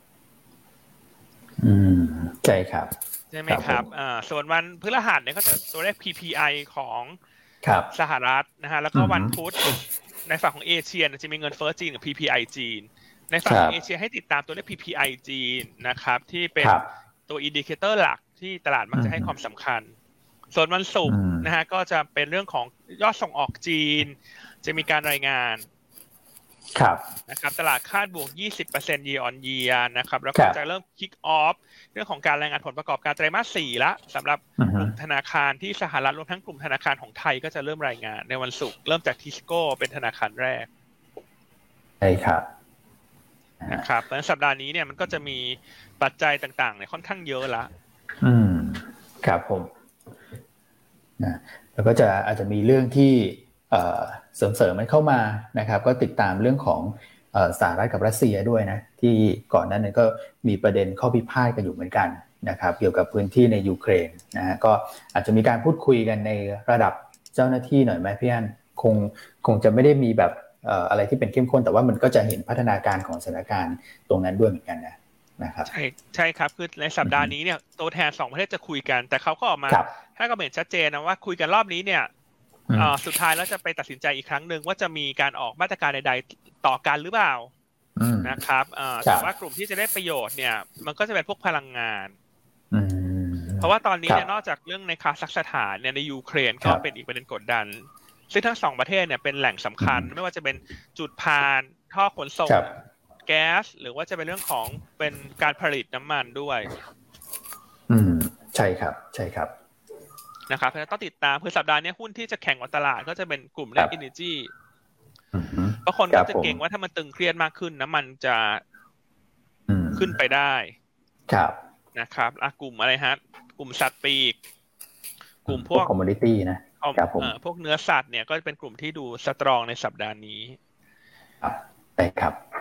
ใช่ครับใช่ไหมครับส่วนวันพฤหัสเนี่ยก็จะตัวเลข PPI ของสหรัฐนะฮะแล้วก็วันพุธในฝั่งของเอเชียจะมีเงินเฟ้อจีนกับ PPI จีนในฝั่งของเอเชียให้ติดตามตัวเลข PPI จีนนะครับที่เป็นตัวอินดิเคเตอร์หลักที่ตลาดมักจะให้ความสำคัญส่วนวันศุกร์นะฮะก็จะเป็นเรื่องของยอดส่งออกจีนจะมีการรายงานนะครับตลาดคาดบวก 20% year on year นะครับแล้วก็จะเริ่ม kick off เรื่องของการรายงานผลประกอบการไตรมาส 4ละสำหรับกลุ่มธนาคารที่สหรัฐรวมทั้งกลุ่มธนาคารของไทยก็จะเริ่มรายงานในวันศุกร์เริ่มจากทิสโก้เป็นธนาคารแรกใช่ครับนะครับแล้วสัปดาห์นี้เนี่ยมันก็จะมีปัจจัยต่างๆเนี่ยค่อนข้างเยอะละครับผมนะแล้วก็อาจจะมีเรื่องที่เสริมมันเข้ามานะครับก็ติดตามเรื่องของสหรัฐกับรัสเซียด้วยนะที่ก่อนหน้านั้นก็มีประเด็นข้อพิพาทกันอยู่เหมือนกันนะครับเกี่ยวกับพื้นที่ในยูเครนนะฮะก็อาจจะมีการพูดคุยกันในระดับเจ้าหน้าที่หน่อยไหมพี่อันคงจะไม่ได้มีแบบอะไรที่เป็นเข้มข้นแต่ว่ามันก็จะเห็นพัฒนาการของสถานการณ์ตรงนั้นด้วยเหมือนกันนะครับใช่ครับคือในสัปดาห์นี้เนี่ยตัวแทน2ประเทศจะคุยกันแต่เขาก็ออกมาถ้าก็เห็นชัดเจนนะว่าคุยกันรอบนี้เนี่ยสุดท้ายแล้วจะไปตัดสินใจอีกครั้งหนึ่งว่าจะมีการออกมาตรการใดๆต่อกันหรือเปล่านะครับแต่ว่ากลุ่มที่จะได้ประโยชน์เนี่ยมันก็จะเป็นพวกพลังงานเพราะว่าตอนนี้เนี่ยนอกจากเรื่องในคาซัคสถานเนี่ยในยูเครนก็เป็นอีกประเด็นกดดันซึ่งทั้ง2ประเทศเนี่ยเป็นแหล่งสำคัญไม่ว่าจะเป็นจุดผ่านท่อขนส่งแก๊สหรือว่าจะเป็นเรื่องของเป็นการผลิตน้ำมันด้วยใช่ครับนะครับเพราะฉะนั้นต้องติดตามคือสัปดาห์นี้หุ้นที่จะแข่งกับตลาดก็จะเป็นกลุ่มเรื่อง energy เพราะคนก็จะเก่งว่าถ้ามันตึงเครียดมากขึ้นน้ำมันจะขึ้นไปได้นะครับกลุ่มอะไรฮะกลุ่มสัตว์ปีกกลุ่มพวก commodity นะครับผมพวกเนื้อสัตว์เนี่ยก็จะเป็นกลุ่มที่ดูสตรองในสัปดาห์นี้ใช่ครับ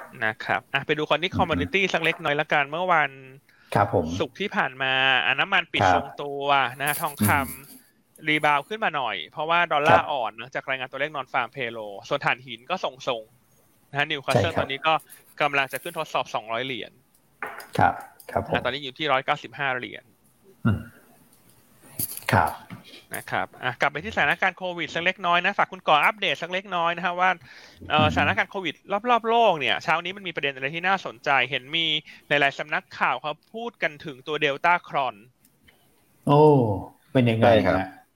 นะครับไปดูคนที่คอมมูนิตี้สักเล็กน้อยละกันเมื่อวันศุกร์ที่ผ่านมาน้ำมันปิดทรงตัวนะทองคำรีบาวขึ้นมาหน่อยเพราะว่าดอลลาร์อ่อนจากรายงานตัวเลขนอนฟาร์มเพโลส่วนถ่านหินก็ทรงๆนะนิวคาสเซิลตอนนี้ก็กำลังจะขึ้นทดสอบ200เหรียญครับตอนนี้อยู่ที่195เหรียญครับนะครับกลับไปที่สถานการณ์โควิดสักเล็กน้อยนะฝากคุณก่ออัปเดตสักเล็กน้อยนะครับว่าสถานการณ์โควิดรอบโลกเนี่ยเช้านี้มันมีประเด็นอะไรที่น่าสนใจเห็นมีหลายๆสำนักข่าวเขาพูดกันถึงตัวเดลต้าครอนโอ้เป็นยังไงครับ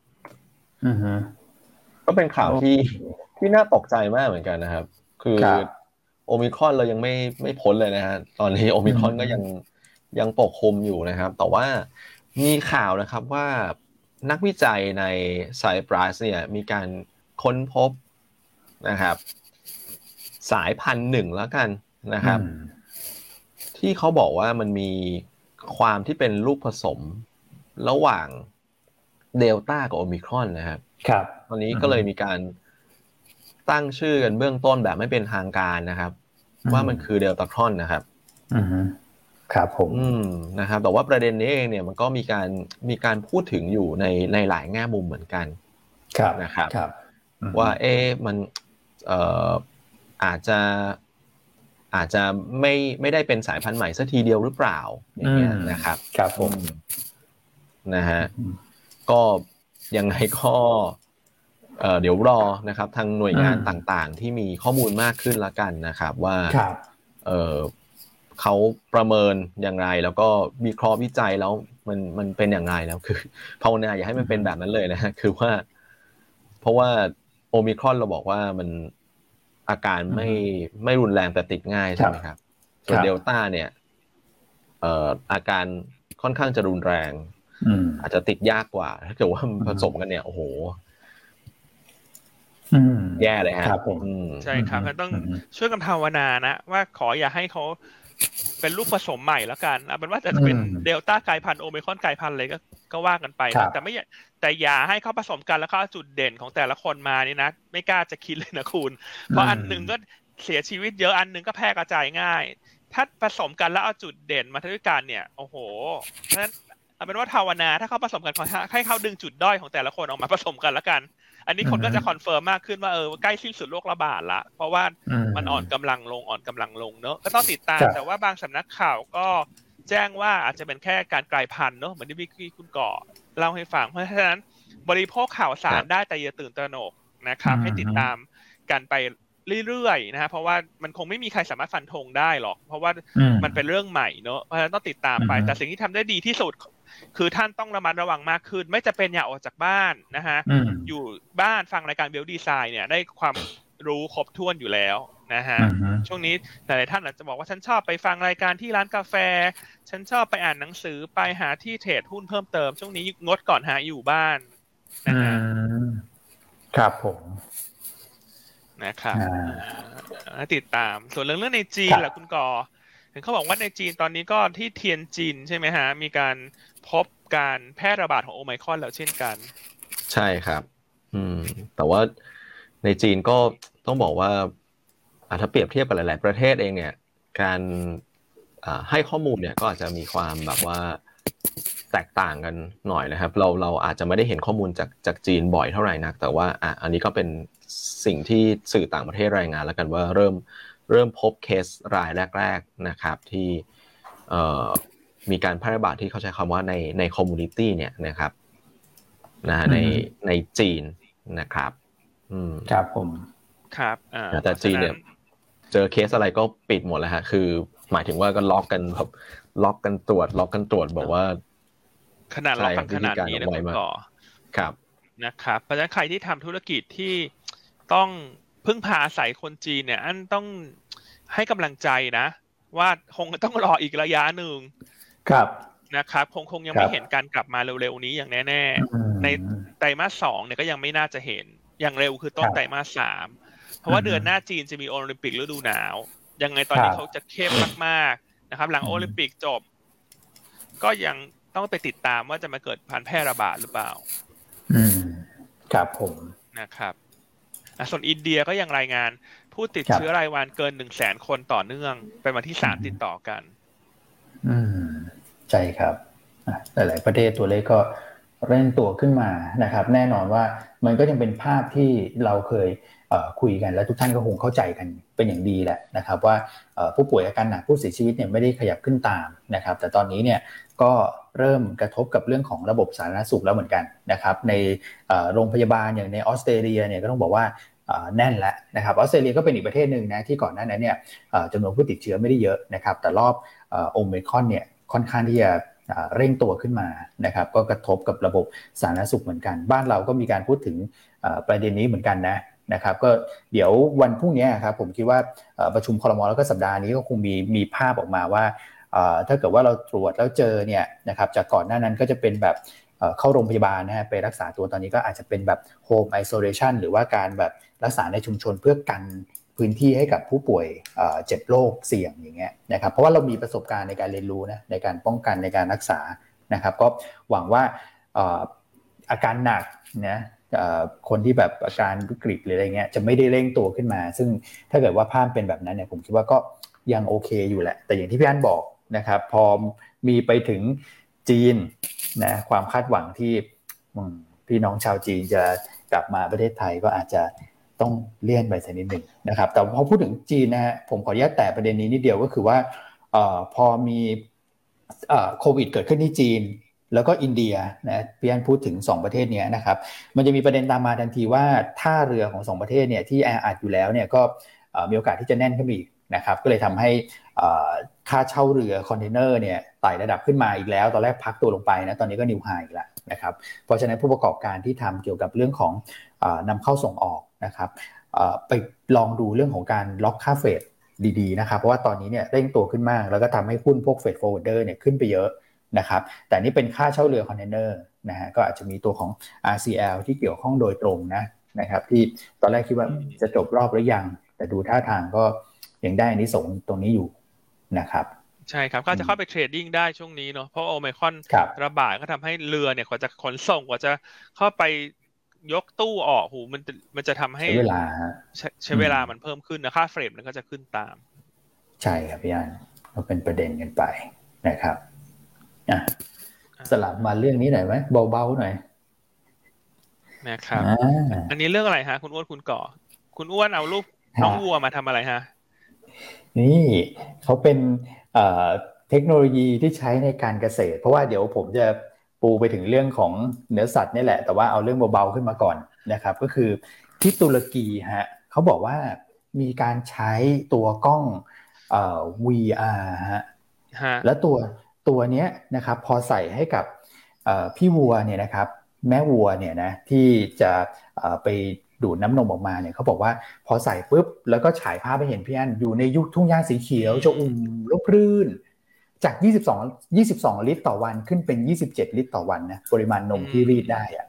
ก็เป็นข่าวที่น่าตกใจมากเหมือนกันนะครับคือโอมิครอนเรายังไม่พ้นเลยนะฮะตอนนี้โอมิครอนก็ยังปกคลุมอยู่นะครับแต่ว่ามีข่าวนะครับว่านักวิจัยในไซปรัสเนี่ยมีการค้นพบนะครับสายพันธุ์หนึ่งแล้วกันนะครับที่เขาบอกว่ามันมีความที่เป็นลูกผสมระหว่างเดลต้ากับโอมิครอนนะครับตอนนี้ก็เลยมีการตั้งชื่อกันเบื้องต้นแบบไม่เป็นทางการนะครับว่ามันคือเดลต้าครอนนะครับครับผมนะครับแต่ว่าประเด็นนี้เองเนี่ยมันก็มีการพูดถึงอยู่ในหลายแง่มุมเหมือนกันนะครับว่ามันอาจจะไม่ได้เป็นสายพันธุ์ใหม่สักทีเดียวหรือเปล่าอย่างเงี้ยนะครับครับผมนะฮะก็ยังไงก็เดี๋ยวรอนะครับทางหน่วยงานต่างๆที่มีข้อมูลมากขึ้นละกันนะครับว่าเขาประเมินอย่างไรแล้วก็วิเคราะห์วิจัยแล้วมันเป็นอย่างไรแล้วคือภาวนาอย่าให้มันเป็นแบบนั้นเลยนะฮะคือว่าเพราะว่าโอมิครอนเราบอกว่ามันอาการไม่รุนแรงแต่ติดง่ายใช่ไหมครับส่วนเดลต้าเนี่ยอาการค่อนข้างจะรุนแรงอาจจะติดยากกว่าถ้าเกิดว่าผสมกันเนี่ยโอ้โหแย่เลยฮะใช่ครับต้องช่วยกันภาวนานะว่าขออย่าให้เขาเป็นลูกผสมใหม่แล้วกันเป็นว่าจะเป็นเดลต้ากลายพันธุ์โอมิครอนกลายพันธุ์อะไรก็ว่ากันไปนะแต่อย่าให้เขาผสมกันแล้วเขาจุดเด่นของแต่ละคนมานี่นะไม่กล้าจะคิดเลยนะคุณเพราะอันนึงก็เสียชีวิตเยอะอันนึงก็แพร่กระจายง่ายถ้าผสมกันแล้วเอาจุดเด่นมาด้วยกันเนี่ยโอ้โหเพราะฉะนั้นเอาเป็นว่าภาวนาถ้าเขาผสมกันให้เขาดึงจุดด้อยของแต่ละคนออกมาผสมกันแล้วกันอันนี้คนก็จะคอนเฟิร์มมากขึ้นว่าใกล้สิ้นสุดโรคระบาดละเพราะว่ามันอ่อนกำลังลงเนอะก็ต้องติดตามแต่ว่าบางสำนักข่าวก็แจ้งว่าอาจจะเป็นแค่การกลายพันธุ์เนอะเหมือนที่คุณก่อเล่าให้ฟังเพราะฉะนั้นบริโภคข่าวสารได้แต่อย่าตื่นตระหนกนะครับให้ติดตามกันไปเรื่อยๆนะฮะเพราะว่ามันคงไม่มีใครสามารถฟันธงได้หรอกเพราะว่ามันเป็นเรื่องใหม่เนอะเพราะฉะนั้นต้องติดตามไปแต่สิ่งที่ทำได้ดีที่สุดคือท่านต้องระมัดระวังมากขึ้นไม่จะเป็นอย่าออกจากบ้านนะฮะอยู่บ้านฟังรายการเบลดีไซน์เนี่ยได้ความรู้ครบถ้วนอยู่แล้วนะฮะช่วงนี้หลายๆท่านอาจจะบอกว่าฉันชอบไปฟังรายการที่ร้านกาแฟฉันชอบไปอ่านหนังสือไปหาที่เทรดหุ้นเพิ่มเติมช่วงนี้งดก่อนหาอยู่บ้านนะฮะครับผมนะครับติดตามส่วนเรื่องในจีนแหละคุณกอเห็นเขาบอกว่าในจีนตอนนี้ก็ที่เทียนจินใช่ไหมฮะมีการพบการแพร่ระบาดของโอไมครอนแล้วเช่นกันใช่ครับแต่ว่าในจีนก็ต้องบอกว่าถ้าเปรียบเทียบกับหลายๆประเทศเองเนี่ยการให้ข้อมูลเนี่ยก็อาจจะมีความแบบว่าแตกต่างกันหน่อยนะครับเราอาจจะไม่ได้เห็นข้อมูลจากจีนบ่อยเท่าไหร่นักแต่ว่าอันนี้ก็เป็นสิ่งที่สื่อต่างประเทศรายงานแล้วกันว่าเริ่มพบเคสรายแรกๆนะครับที่มีการแพร่ระบาดที่เขาใช้คำว่าในคอมมูนิตี้เนี่ยนะครับนะในจีนนะครับครับผมครับแต่จีนเนี่ยเจอเคสอะไรก็ปิดหมดแล้วฮะคือหมายถึงว่าก็ล็อกกันแบบล็อกกันตรวจบอกว่าขนาดล็อกกันขนาดนี้นะคุณก่อครับนะครับเพราะฉะนั้นใครที่ทำธุรกิจที่ต้องพึ่งพาอาศัยคนจีนเนี่ยอันต้องให้กำลังใจนะว่าคงต้องรออีกระยะหนึ่งครับนะครับคงยังไม่เห็นการกลับมาเร็วๆนี้อย่างแน่ๆในไตรมาส 2เนี่ยก็ยังไม่น่าจะเห็นอย่างเร็วคือต้นไตรมาส 3เพราะว่าเดือนหน้าจีนจะมีโอลิมปิกฤดูหนาวยังไงตอนนี้เขาจะเข้มมากๆนะครับหลังโอลิมปิกจบก็ยังต้องไปติดตามว่าจะมาเกิดการแพร่ระบาดหรือเปล่าครับผมนะครับส่วนอินเดียก็ยังรายงานผู้ติดเชื้อรายวันเกิน 100,000 คนต่อเนื่องเป็นวันที่3ติดต่อกันใช่ครับหลายๆประเทศตัวเลขก็เร่งตัวขึ้นมานะครับแน่นอนว่ามันก็ยังเป็นภาพที่เราเคยคุยกันและทุกท่านก็คงเข้าใจกันเป็นอย่างดีแหละนะครับว่าผู้ป่วยอาการหนักผู้เสียชีวิตเนี่ยไม่ได้ขยับขึ้นตามนะครับแต่ตอนนี้เนี่ยก็เริ่มกระทบกับเรื่องของระบบสาธารณสุขแล้วเหมือนกันนะครับในโรงพยาบาลอย่างในออสเตรเลียเนี่ยก็ต้องบอกว่าแน่นแล้วนะครับออสเตรเลียก็เป็นอีกประเทศนึงนะที่ก่อนหน้านั้นเนี่ยจำนวนผู้ติดเชื้อไม่ได้เยอะนะครับแต่รอบโอไมครอนเนี่ยค่อนข้างที่จะเร่งตัวขึ้นมานะครับก็กระทบกับระบบสาธารณสุขเหมือนกันบ้านเราก็มีการพูดถึงประเด็นนี้เหมือนกันนะครับก็เดี๋ยววันพรุ่งนี้ครับผมคิดว่าประชุมครม.แล้วก็สัปดาห์นี้ก็คงมีภาพออกมาว่าถ้าเกิดว่าเราตรวจแล้วเจอเนี่ยนะครับจากก่อนหน้านั้นก็จะเป็นแบบเข้าโรงพยาบาลนะฮะไปรักษาตัวตอนนี้ก็อาจจะเป็นแบบ home isolation หรือว่าการแบบรักษาในชุมชนเพื่อกันพื้นที่ให้กับผู้ป่วยเจ็บโรคเสี่ยงอย่างเงี้ยนะครับเพราะว่าเรามีประสบการณ์ในการเรียนรู้นะในการป้องกันในการรักษานะครับก็หวังว่าอาการหนักนะคนที่แบบอาการวิกฤตหรืออะไรเงี้ยจะไม่ได้เร่งตัวขึ้นมาซึ่งถ้าเกิดว่าภาพเป็นแบบนั้นเนี่ยผมคิดว่าก็ยังโอเคอยู่แหละแต่อย่างที่พี่อั้นบอกนะครับพอมีไปถึงจีนนะความคาดหวังที่พี่น้องชาวจีนจะกลับมาประเทศไทยก็อาจจะต้องเลี่ยนไปสักนิดหนึ่งนะครับแต่พอพูดถึงจีนนะฮะผมขออนุญาตแตะประเด็นนี้นิดเดียวก็คือว่าพอมีโควิดเกิดขึ้นที่จีนแล้วก็อินเดียนะพี่อั้นพูดถึง2ประเทศนี้นะครับมันจะมีประเด็นตามมาทันทีว่าท่าเรือของ2ประเทศเนี่ยที่แออัดอยู่แล้วเนี่ยก็มีโอกาสที่จะแน่นขึ้นอีกนะครับก็เลยทำให้ค่าเช่าเรือคอนเทนเนอร์เนี่ยไต่ระดับขึ้นมาอีกแล้วตอนแรกพักตัวลงไปนะตอนนี้ก็นิวไฮอีกแล้วนะครับเพราะฉะนั้นผู้ประกอบการที่ทำเกี่ยวกับเรื่องของนำเข้าส่งออกนะครับไปลองดูเรื่องของการล็อกค่าเฟรตดีๆนะครับเพราะว่าตอนนี้เนี่ยเร่งตัวขึ้นมากแล้วก็ทำให้หุ้นพวกเฟรตโฟร์เวอร์เดอร์เนี่ยขึ้นไปเยอะนะครับแต่นี่เป็นค่าเช่าเรือคอนเทนเนอร์นะฮะก็อาจจะมีตัวของ RCL ที่เกี่ยวข้องโดยตรงนะครับที่ตอนแรกคิดว่าจะจบรอบหรือยังแต่ดูท่าทางก็ยังได้อานิสงส์ตรงนี้อยู่นะครับใช่ครับก็จะเข้าไปเทรดดิ้งได้ช่วงนี้เนาะเพราะโอไมครอนระบาดก็ทำให้เรือเนี่ยกว่าจะขนส่งกว่าจะเข้าไปยกตู้ออกหูมันจะทำให้ใช้เวลามันเพิ่มขึ้นนะค่าเฟรมมันก็จะขึ้นตามใช่ครับพี่อั้นก็เป็นประเด็นกันไปนะครับสลับมาเรื่องนี้หน่อยไหมเบาๆหน่อยนะครับอันนี้เรื่องอะไรฮะคุณอ้วนคุณก่อคุณอ้วนเอารูปน้องวัวมาทำอะไรฮะนี่เขาเป็นเทคโนโลยีที่ใช้ในการเกษตรเพราะว่าเดี๋ยวผมจะปูไปถึงเรื่องของเนื้อสัตว์นี่แหละแต่ว่าเอาเรื่องเบาๆขึ้นมาก่อนนะครับก็คือที่ตุรกีฮะเขาบอกว่ามีการใช้ตัวกล้องVR ฮะแล้วตัวเนี้ยนะครับพอใส่ให้กับพี่วัวเนี่ยนะครับแม่วัวเนี่ยนะที่จะไปดูดน้ำนมออกมาเนี่ยเขาบอกว่าพอใส่ปุ๊บแล้วก็ฉายภาพให้เห็นพี่อั้นอยู่ในยุคทุ่งหญ้าสีเขียวจะอุ่มร่มรื่นจาก22ลิตรต่อวันขึ้นเป็น27ลิตรต่อวันนะปริมาณนมที่รีดได้อ่ะ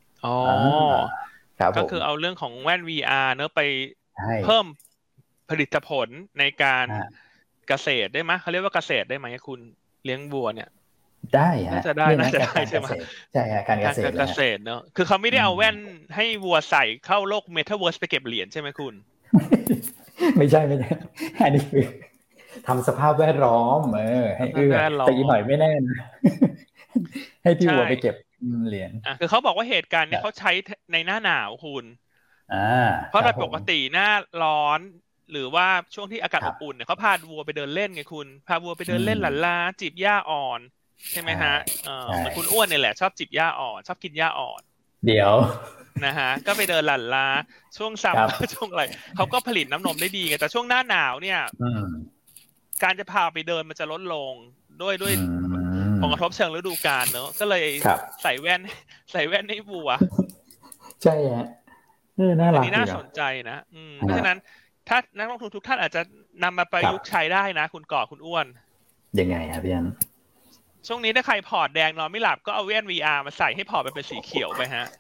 ครับก็คือเอาเรื่องของแว่น VR เนอะไปเพิ่มผลิตผลในการเกษตรได้ไหมเขาเรียกว่าเกษตรได้ไหมคุณเลี้ยงวัวเนี่ยได้ฮะน่าจะได้ใช่ไหมใช่ฮะการเกษตรเนอะคือเขาไม่ได้เอาแว่นให้วัวใส่เข้าโลกเมตาเวิร์สไปเก็บเหรียญใช่ไหมคุณไม่ใช่อันนี้คือทำสภาพแวดล้อมให้แต่อีกหน่อยไม่แน่นะให้พี่วัวไปเก็บเหรียญคือเขาบอกว่าเหตุการณ์นี้เขาใช้ในหน้าหนาวคุณเพราะโดยปกติหน้าร้อนหรือว่าช่วงที่อากาศอบอุ่นเนี่ยเขาพาวัวไปเดินเล่นไงคุณพาวัวไปเดินเล่นหลั่นล้าจีบหญ้าอ่อนใช่ไหมฮะเหมือนคุณอ้วนเนี่ยแหละชอบจิบหญ้าอ่อนชอบกินหญ้าอ่อนเดี๋ยวนะฮะก็ไปเดินหลั่นล้าช่วงซัมเมอร์ช่วงอะไรเขาก็ผลิตน้ำนมได้ดีไงแต่ช่วงหน้าหนาวเนี่ยการจะพาไปเดินมันจะลดลงด้วยผลกระทบเชิงฤดูกาลเนอะก็เลยใส่แว่นให้วัวใช่ฮะน่ารักนี่น่าสนใจนะเพราะฉะนั้นถ้านักลงทุนทุกท่านอาจจะนำมาประยุกต์ใช้ได้นะคุณก่อคุณอ้วนยังไงครับพี่อั้นช่วงนี้ถ้าใครพอร์ตแดงนอนไม่หลับก็เอาแว่น VR มาใส่ให้พอร์ตเป็นสีเขียวไปฮะ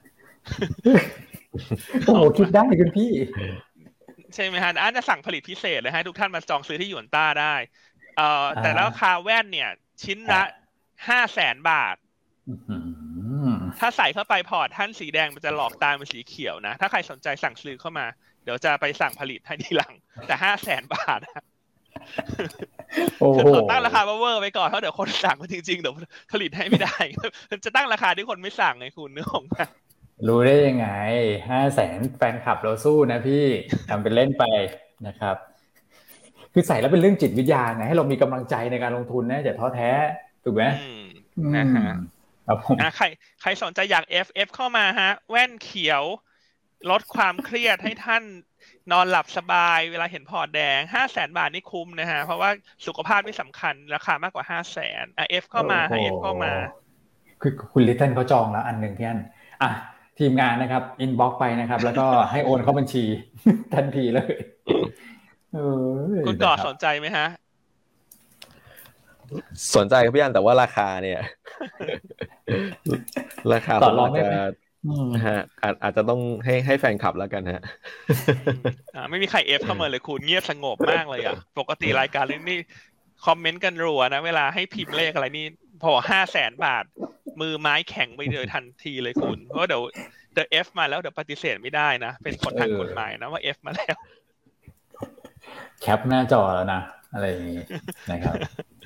โอ้คิดได้คุณพี่ใช่ไหมฮะอันจะสั่งผลิตพิเศษเลยให้ทุกท่านมาจองซื้อที่หยวนต้าได้แต่แล้วราคาแว่นเนี่ยชิ้นละ500,000 บาทถ้าใส่เข้าไปพอร์ตท่านสีแดงมันจะหลอกตาเป็นสีเขียวนะถ้าใครสนใจสั่งซื้อเข้ามาเดี๋ยวจะไปสั่งผลิตให้ทีหลังแต่ 500,000 บาทนะโอ้โหตั้งราคาเวอร์ไปก่อนเพราะเดี๋ยวคนสั่งมันจริงๆเดี๋ยวผลิตให้ไม่ได้จะตั้งราคาที่คนไม่สั่งไงคุณนึกออกมั้ยรู้ได้ยังไง 500,000 แฟนคลับเราสู้นะพี่ทำเป็นเล่นไปนะครับคือใส่แล้วเป็นเรื่องจิตวิทยาไงให้เรามีกำลังใจในการลงทุนนะอย่าท้อแท้ถูกไหมนะฮะครับผมใครสนใจอยาก FF เข้ามาฮะแว่นเขียวลดความเครียดให้ท่านนอนหลับสบายเวลาเห็นพอร์ตแดง 500,000 บาทนี่คุ้มนะฮะเพราะว่าสุขภาพไม่สำคัญราคามากกว่า 500,000 F เข้ามาให้ F เข้ามาคือคุณลิตเติ้ลเขาจองแล้วอันนึงพี่อันทีมงานนะครับอินบ็อกซ์ไปนะครับแล้วก็ให้โอนเข้าบัญชีทันทีเลยคุณก่อสนใจไหมฮะสนใจครับพี่อันแต่ว่าราคาเนี่ยราคาผมอาจจะอาจจะต้องให้แฟนคลับแล้วกันฮะไม่มีใคร F เข้ามาเลยคุณเงียบสงบมากเลยอ่ะปกติรายการนี่คอมเมนต์กันรัวนะเวลาให้พิมพ์เลขอะไรนี่พอ 500,000 บาทมือไม้แข็งไปเลยทันทีเลยคุณเพราะเดี๋ยวF มาแล้วเดี๋ยวปฏิเสธไม่ได้นะเป็นผลทางกฎหมายนะว่า F มาแล้วแคปหน้าจอแล้วนะอะไรอย่างนี้นะครับ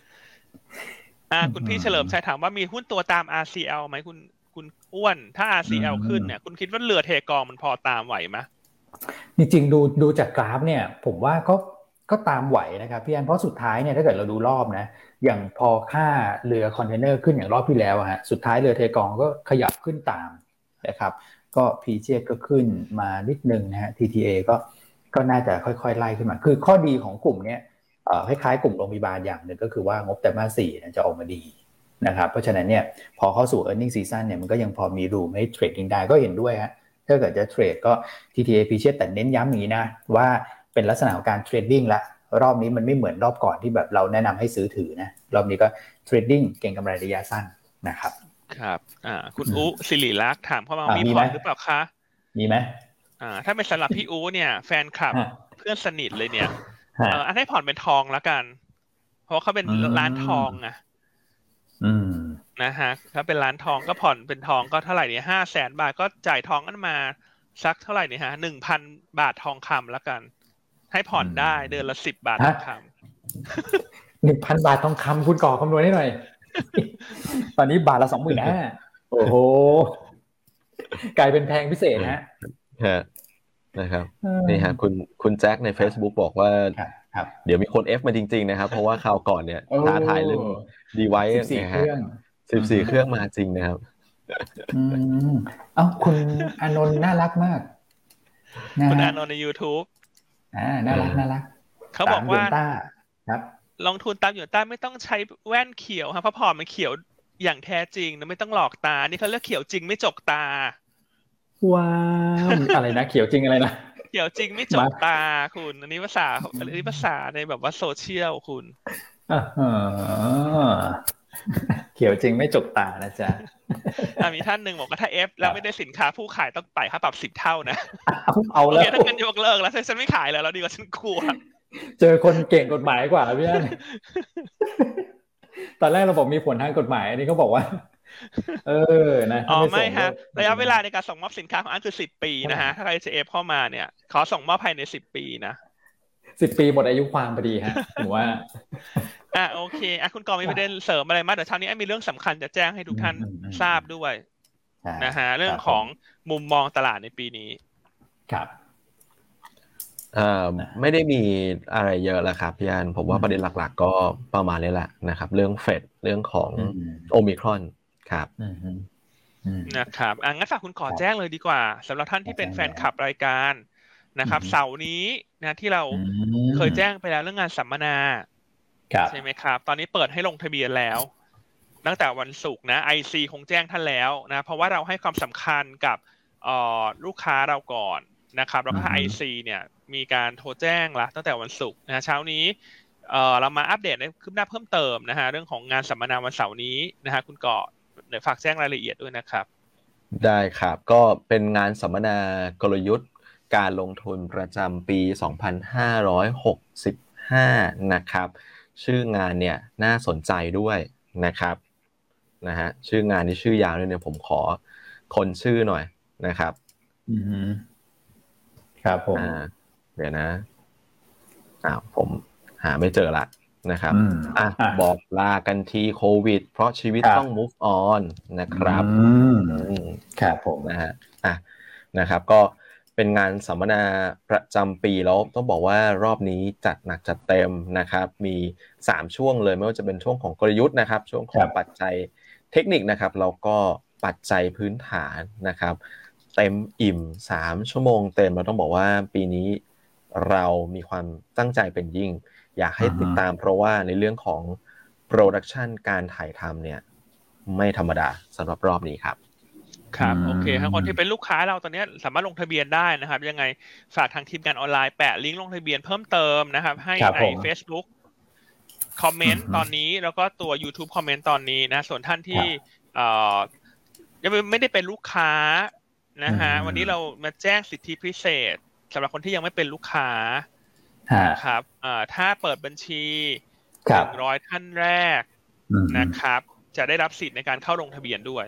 คุณพี่เฉลิมชัยถามว่ามีหุ้นตัวตาม RCL ไหมคุณอ้วนถ้า RCL ขึ้นเนี่ยคุณคิดว่าเรือเทกองมันพอตามไหวไหมจริงๆดูจากกราฟเนี่ยผมว่าก็ตามไหวนะครับพี่อันเพราะสุดท้ายเนี่ยถ้าเกิดเราดูรอบนะอย่างพอค่าเรือคอนเทนเนอร์ขึ้นอย่างรอบที่แล้วฮะสุดท้ายเรือเทกองก็ขยับขึ้นตามนะครับก็ PGS ก็ขึ้นมานิดนึงนะฮะ TTA ก็น่าจะค่อยๆไล่ขึ้นมาคือข้อดีของกลุ่มเนี้ยคล้ายๆกลุ่มโรงพยาบาลอย่างหนึ่งก็คือว่างบไตรมาส 4จะออกมาดีนะครับเพราะฉะนั้นเนี่ยพอเข้าสู่ earning season เนี่ยมันก็ยังพอมีรูมให้เทรดดิ้งได้ก็เห็นด้วยฮะถ้าเกิดจะเทรดก็ TTA PGS แต่เน้นย้ำอย่างนี้นะว่าเป็นลักษณะของการเทรดดิ้งละรอบนี้มันไม่เหมือนรอบก่อนที่แบบเราแนะนำให้ซื้อถือนะรอบนี้ก็เทรดดิ้งเก็งกำไรระยะสั้นนะครับครับคุณอุ๊ศิริลักษณ์ถามเข้ามามีพอร์ตหรือเปล่าคะมีไหมถ้าเป็นสำหรับพี่อุ๊เนี่ยแฟนคลับเพื่อนสนิทเลยเนี่ยให้ผ่อนเป็นทองแล้วกันเพราะเขาเป็นร้านทองอะนะฮะถ้าเป็นร้านทองก็ผ่อนเป็นทองก็เท่าไหร่เนี่ย500,000 บาทก็จ่ายทองกันมาสักเท่าไหร่เนี่ยฮะ 1,000 บาททองคำแล้วกันให้ผ่อนได้เดือนละ10 บาททองคำ 1,000 บาททองคำคุณก่อคำนวณให้หน่อยตอนนี้บาทละ 25,000 โอ้โหกลายเป็นแพงพิเศษฮะนะครับนี่ฮะคุณแจ็คใน Facebook บอกว่าเดี๋ยวมีคน F มาจริงๆนะครับเพราะว่าคราวก่อนเนี่ยท้าทายเรื่อง device นะฮะ14 เครื่องมาจริงนะครับคุณอานนท์น่ารักมากคุณอานนท์ใน YouTube น่ารักเขาบอกว่าครับลงทุนตามหยวนต้าไม่ต้องใช้แว่นเขียวครับเพราะพอมันเขียวอย่างแท้จริงนะไม่ต้องหลอกตานี่เขาเรียกเขียวจริงไม่จกตาว้าวอะไรนะเขียวจริงอะไรนะเขียวจริงไม่จกตาคุณอันนี้ภาษาในแบบว่าโซเชียลคุณเขียวจริงไม่จกตานะจ๊ะมีท่านหนึ่งบอกว่าถ้า F แล้วไม่ได้สินค้าผู้ขายต้องจ่ายค่าปรับ10 เท่านะเอาแล้วถ้างั้นยกเลิกแล้วฉันไม่ขายแล้วดีกว่าฉันกลัวเจอคนเก่งกฎหมายกว่าพี่อันตอนแรกเราบอกมีผลทางกฎหมายอันนี้เขาบอกว่านะไม่ฮะระยะเวลาในการส่งมอบสินค้าของอันคือ10 ปีนะฮะถ้าใครจะ F เข้ามาเนี่ยขอส่งมอบภายใน10 ปีนะ 10 ปีหมดอายุความพอดีฮะผมว่าโอเคคุณกรมีประเด็นเสริมอะไรมาเดี๋ยวเช้านี้มีเรื่องสำคัญจะแจ้งให้ทุกท่านทราบด้วยนะฮะเรื่องของมุมมองตลาดในปีนี้ครับไม่ได้มีอะไรเยอะแล้วครับพี่อันผมว่าประเด็นหลักๆก็ประมาณนี้แหละนะครับเรื่องเฟดเรื่องของโอมิครอนครับนะครับงั้นฝากคุณขอแจ้งเลยดีกว่าสำหรับท่านที่เป็นแฟนคลับรายการนะครับเสาร์นี้นะที่เราเคยแจ้งไปแล้วเรื่องงานสัมมนาใช่ไหมครับตอนนี้เปิดให้ลงทะเบียนแล้วตั้งแต่วันศุกร์นะ IC คงแจ้งท่านแล้วนะเพราะว่าเราให้ความสำคัญกับลูกค้าเราก่อนนะครับแล้วก็ IC เนี่ยมีการโทรแจ้งละตั้งแต่วันศุกร์นะเช้านี้เรามาอัปเดตในคืบหน้าเพิ่มเติมนะฮะเรื่องของงานสัมมนาวันเสาร์นี้นะฮะคุณก่อเดี๋ยวฝากแจ้งรายละเอียดด้วยนะครับได้ครับก็เป็นงานสัมมนากลยุทธ์การลงทุนประจำปี2565นะครับชื่องานเนี่ยน่าสนใจด้วยนะครับนะฮะชื่องานที่ชื่อยาวด้วยเนี่ยผมขอคนชื่อหน่อยนะครับครับผมเดี๋ยวนะผมหาไม่เจอละนะครับบอกลากันทีโควิดเพราะชีวิตต้อง move on นะครับครับผมนะครับก็เป็นงานสัมมนาประจำปีแล้วต้องบอกว่ารอบนี้จัดหนักจัดเต็มนะครับมี3ช่วงเลยไม่ว่าจะเป็นช่วงของกลยุทธ์นะครับช่วงของปัจจัยเทคนิคนะครับแล้วก็ปัจจัยพื้นฐานนะครับเต็มอิ่ม3ชั่วโมงเต็มเราต้องบอกว่าปีนี้เรามีความตั้งใจเป็นยิ่งอยากให้ติดตามเพราะว่าในเรื่องของโปรดักชันการถ่ายทำเนี่ยไม่ธรรมดาสำหรับรอบนี้ครับครับโอเคทั้งคนที่เป็นลูกค้าเราตอนนี้สามารถลงทะเบียนได้นะครับยังไงฝากทางทีมงานออนไลน์แปะลิงก์ลงทะเบียนเพิ่มเติมนะครับให้ใน Facebook คอมเมนต์ตอนนี้แล้วก็ตัว YouTube คอมเมนต์ตอนนี้นะส่วนท่านที่ยังไม่ได้เป็นลูกค้านะฮะวันนี้เรามาแจ้งสิทธิพิเศษสำหรับคนที่ยังไม่เป็นลูกค้านะครับถ้าเปิดบัญชี100ท่านแรกนะครับจะได้รับสิทธิ์ในการเข้าลงทะเบียนด้วย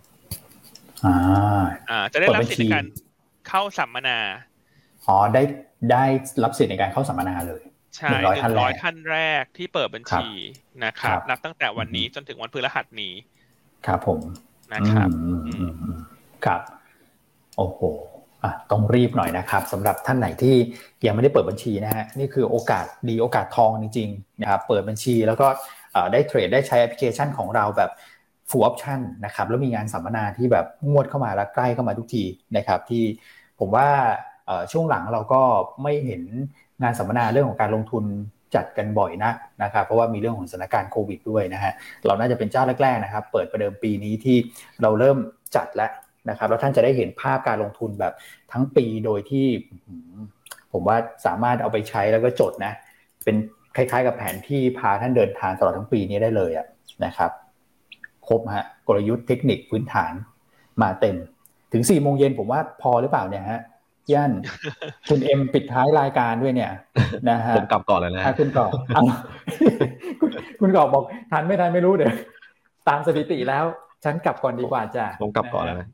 จะได้รับสิทธิ์ในการเข้าสัมมนาได้รับสิทธิ์ในการเข้าสัมมนาเลยใช่100ท่านแรกที่เปิดบัญชีนะครับนับตั้งแต่วันนี้จนถึงวันพฤหัสนี้ครับผมนะครับครับโอ้โหต้องรีบหน่อยนะครับสำหรับท่านไหนที่ยังไม่ได้เปิดบัญชีนะฮะนี่คือโอกาสดีโอกาสทองจริงๆนะครับเปิดบัญชีแล้วก็ได้เทรดได้ใช้แอปพลิเคชันของเราแบบfull option นะครับแล้วมีงานสัมมนาที่แบบงวดเข้ามาแล้วใกล้เข้ามาทุกทีนะครับที่ผมว่าช่วงหลังเราก็ไม่เห็นงานสัมมนาเรื่องของการลงทุนจัดกันบ่อยนะครับเพราะว่ามีเรื่องของสถานการณ์โควิดด้วยนะฮะเราน่าจะเป็นเจ้าแรกๆนะครับเปิดประเดิมปีนี้ที่เราเริ่มจัดแล้วนะครับแล้วท่านจะได้เห็นภาพการลงทุนแบบทั้งปีโดยที่ผมว่าสามารถเอาไปใช้แล้วก็จดนะเป็นคล้ายๆกับแผนที่พาท่านเดินทางตลอดทั้งปีนี้ได้เลยนะครับครบฮะกลยุทธ์เทคนิคพื้นฐานมาเต็มถึง 4:00 นผมว่าพอหรือเปล่าเนี่ยฮะย่านคุณเอ็มปิดท้ายรายการด้วยเนี่ยนะฮะผมกลับก่อนเลยนะคุณก่อนคุณก่อนบอกทันไม่รู้เดี๋ยวตามสถิติแล้วฉันกลับก่อนดีกว่าจ้ะผมกลับก่อนแล้วนะ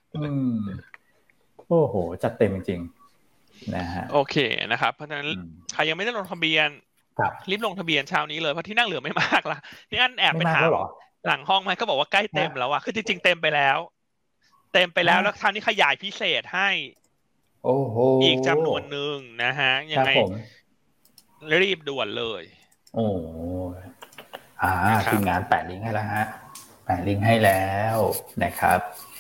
โอ้โหจัดเต็มจริงๆนะฮะโอเคนะครับเพราะฉะนั้นใครยังไม่ได้ลงทะเบียนรีบลงทะเบียนเช้านี้เลยเพราะที่นั่งเหลือไม่มากละนี่อันแอบไปถามหลังห้องไหมก็บอกว่าใกล้เต็มแล้วคือจริงๆเต็มไปแล้วแล้วคราวนี้ขยายพิเศษให้โอ้โหอีกจำนวนหนึ่งนะฮะยังไงรีบด่วนเลยโอ้ทีมงานแปะลิงก์ให้แล้วฮะแปะลิงก์ให้แล้วนะครับ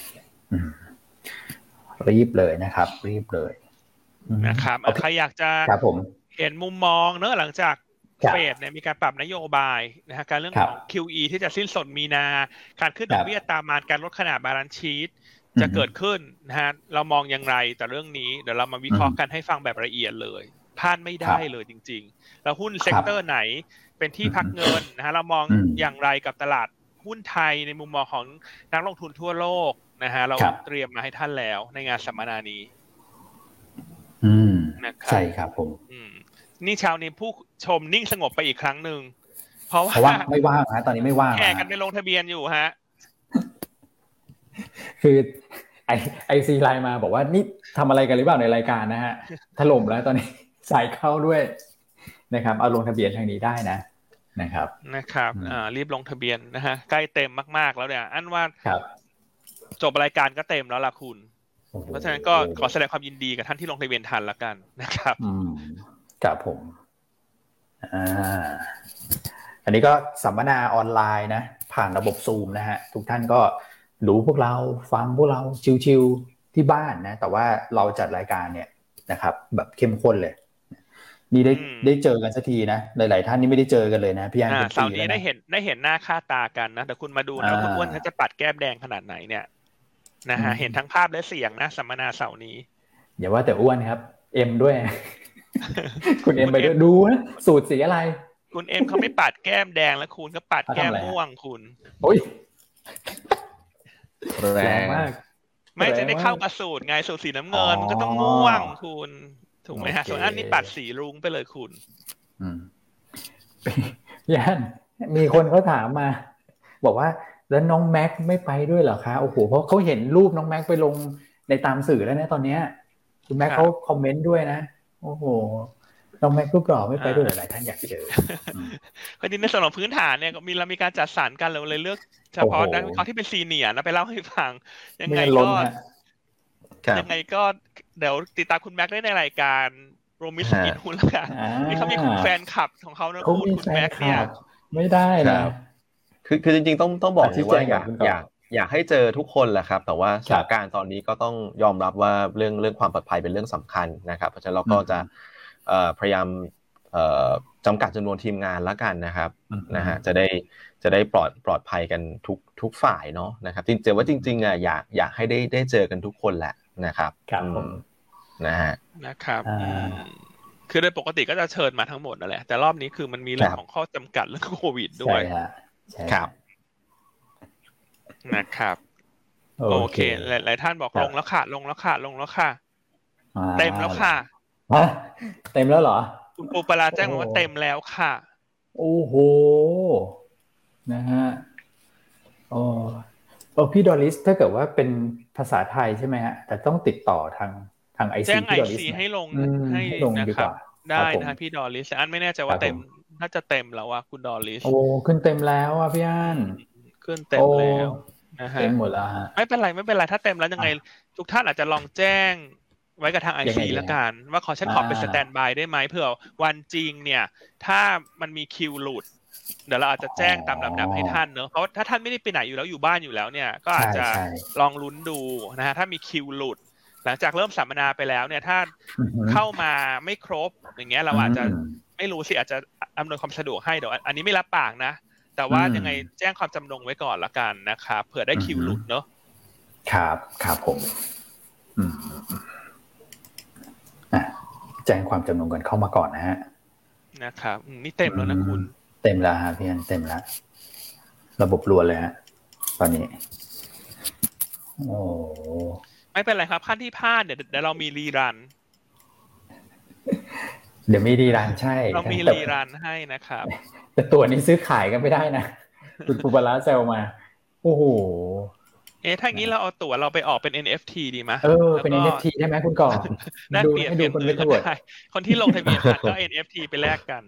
รีบเลยนะครับรีบเลยนะครับใครอยากจะเห็นมุมมองเนอะหลังจากเฟดเนี่ยมีการปรับนโยบายนะฮะการเรื่องของ QE ที่จะสิ้นสุดมีนาการขึ้นดอกเบี้ยตามมาการลดขนาดบาลานซ์ชีทจะเกิดขึ้นนะฮะเรามองอย่างไรแต่เรื่องนี้เดี๋ยวเรามาวิเคราะห์กันให้ฟังแบบละเอียดเลยพลาดไม่ได้เลยจริงๆแล้วหุ้นเซกเตอร์ไหนเป็นที่พักเงินนะฮะเรามองอย่างไรกับตลาดหุ้นไทยในมุมมองของนักลงทุนทั่วโลกนะฮะเราเตรียมมาให้ท่านแล้วในงานสัมมนานี้ใช่ครับผมนี่เช้านี้ผู้ชมนิ่งสงบไปอีกครั้งหนึ่งเพราะว่าไม่ว่างฮะตอนนี้ไม่ว่างแข่กันไปลงทะเบียนอยู่ฮะคือไอซีไลน์มาบอกว่านี่ทำอะไรกันหรือเปล่าในรายการนะฮะถล่มแล้วตอนนี้สายเข้าด้วยนะครับเอาลงทะเบียนทางนี้ได้นะครับรีบลงทะเบียนนะฮะใกล้เต็มมากๆแล้วเนี่ยอันว่าจบรายการก็เต็มแล้วล่ะคุณเพราะฉะนั้นก็ขอแสดงความยินดีกับท่านที่ลงทะเบียนทันละกันนะครับครับผมอันนี้ก็สัมมนาออนไลน์นะผ่านระบบ Zoom นะฮะทุกท่านก็ดูพวกเราฟังพวกเราชิวๆที่บ้านนะแต่ว่าเราจัดรายการเนี่ยนะครับแบบเข้มข้นเลยนี่ได้เจอกันสักทีนะหลายๆท่านนี่ไม่ได้เจอกันเลยนะพี่อันเป็นปีแล้วนะได้เห็นหน้าค่าตากันนะแต่คุณมาดูนะคุณอ้วนเขาจะปัดแก้มแดงขนาดไหนเนี่ยนะฮะเห็นทั้งภาพและเสียงนะสัมมนาเสาร์นี้อย่าว่าแต่อ้วนครับเอ็มด้วยคุณเอ็มไปดูนะสูตรสีอะไรคุณเอ็มเขาไม่ปัดแก้มแดงแล้วคุณก็ปัดแก้มม่วงคุณโอ้ยแรงมากไม่จะได้เข้ากับสูตรไงสูตรสีน้ำเงินมันก็ต้องม่วงคุณถูกไหมฮะส่วนอันนี้ปัดสีรุ้งไปเลยคุณยันมีคนเขาถามมาบอกว่าแล้วน้องแม็กไม่ไปด้วยเหรอคะโอ้โหเพราะเขาเห็นรูปน้องแม็กไปลงในตามสื่อแล้วนะตอนนี้คุณแม็กเขาคอมเมนต์ด้วยนะโอ้โหน้องแม็กรูปหล่อไม่ไปด้วยหลายท่านอยากเจอพอดีในส่วนของพื้นฐานเนี่ยเรามีการจัดสรรกันเราเลยเลือกเฉพาะนักวิเคราะห์ที่เป็นซีเนียร์นะไปเล่าให้ฟังยังไงก็เดี๋ยวติดตามคุณแม็กได้ในรายการโรมิสกินหุ้นแล้วกันนี่เขามีคุณแฟนคลับของเขานะคุณแม็กเนี่ยไม่ได้นะคือจริงๆต้องบอกว่าอยากให้เจอทุกคนแหละครับแต่ว่าสถานการณ์ตอนนี้ก็ต้องยอมรับว่าเรื่องความปลอดภัยเป็นเรื่องสำคัญนะครับเพราะฉะนั้นเราก็จะพยายามจำกัดจำนวนทีมงานแล้วกันนะครับนะฮะจะได้ปลอดภัยกันทุกฝ่ายเนาะนะครับจริงๆอ่ะอยากให้ได้เจอกันทุกคนแหละนะครับนะฮะนะครับคือโดยปกติก็จะเชิญมาทั้งหมดนั่นแหละแต่รอบนี้คือมันมีเรื่องของข้อจำกัดเรื่องโควิดด้วยครับนะครับโอเคหลายท่านบอกลงแล้วค่ะเต็มแล้วค่ะเต็มแล้วเหรอคุณปูปลาแจ้งมาว่าเต็มแล้วค่ะโอ้โหนะฮะพี่ดอลิสถ้าเกิดว่าเป็นภาษาไทยใช่ไหมฮะแต่ต้องติดต่อทางIC แจ้ง IC ให้ลงนะครับได้นะพี่ดอลิสอันไม่แน่ใจว่าเต็มน่าจะเต็มแล้วอ่ะคุณดอลิสโอ้ขึ้นเต็มแล้วอ่ะพี่อันขึ้นเต็มแล้วนะฮะเต็มหมดแล้วฮะไม่เป็นไรถ้าเต็มแล้วยังไงทุกท่านอาจจะลองแจ้งไว้กับทาง IC แล้วกันว่าฉันขอเป็นสแตนด์บายได้ไหมเผื่อวันจริงเนี่ยถ้ามันมีคิวหลุดเดี๋ยวเราอาจจะแจ้งตามลำดับให้ท่านเนอะเพราะถ้าท่านไม่ได้ไปไหนอยู่แล้วอยู่บ้านอยู่แล้วเนี่ยก็อาจจะลองลุ้นดูนะฮะถ้ามีคิวหลุดหลังจากเริ่มสัมมนาไปแล้วเนี่ยถ้าเข้ามาไม่ครบอย่างเงี้ยเราอาจจะไม่รู้สิอาจจะอำนวยความสะดวกให้เดี๋ยวอันนี้ไม่รับปากนะแต่ว่ายังไงแจ้งความจำนงไว้ก่อนละกันนะครับเผื่อได้คิวหลุดเนอะครับผมแจ้งความจำนงกันเข้ามาก่อนนะฮะนะครับนี่เต็มแล้วนะคุณเต็มแล้วฮะพี่อันเต็มแล้วระบบรวนเลยฮะตอนนี้โอ้ไม่เป็นไรครับขั้นที่พลาดเดี๋ยวเรามีรีรันเดี๋ยวมีรีรันใช่เรามีรีรันให้นะครับแต่ตัวนี้ซื้อขายกันไม่ได้นะคุณปูปลาเซลมาโอ้โหถ้างี้เราเอาตั๋วเราไปออกเป็น NFT ดีมั้ยเป็น NFT ได้ไหมคุณก่อดูให้ดูคนไม่ถูกคนที่ลงทะเบียนผ่านก็ NFT ไปแลกกัน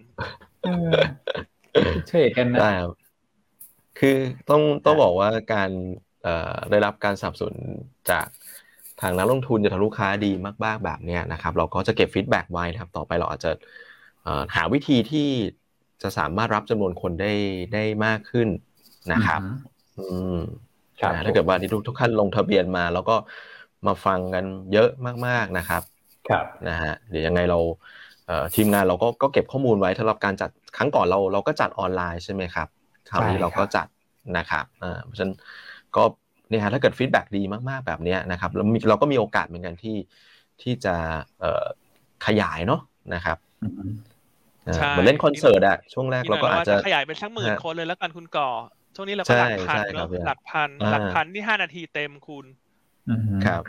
เทรดกันนะคือต้องบอกว่าการได้รับการสนับสนุนจากทางนักลงทุนจากทางลูกค้าดีมากๆแบบนี้นะครับเราก็จะเก็บฟีดแบ็กไว้นะครับต่อไปเราอาจจะหาวิธีที่จะสามารถรับจำนวนคนได้มากขึ้นนะครับถ้าเกิดว่าทุกท่านลงทะเบียนมาแล้วก็มาฟังกันเยอะมากๆนะครับนะฮะเดี๋ยวยังไงเราทีมงานเราก็เก็บข้อมูลไว้สำหรับการจัดครั้งก่อนเราก็จัดออนไลน์ใช่ไหมครับคราวนี้เราก็จัดนะครับเพราะฉะนั้นก็เนี่ยฮะถ้าเกิดฟีดแบ็กดีมากๆแบบนี้นะครับเราก็มีโอกาสเหมือนกันที่จะขยายเนาะนะครับเหมือนเล่นคอนเสิร์ตอะช่วงแรกเราก็อาจจะขยายเป็นสัก10,000 คนเลยแล้วกันคุณก่อช่วงนี้เราก็หลักพันเนาะหลักพันที่5 นาทีเต็มคุณครับ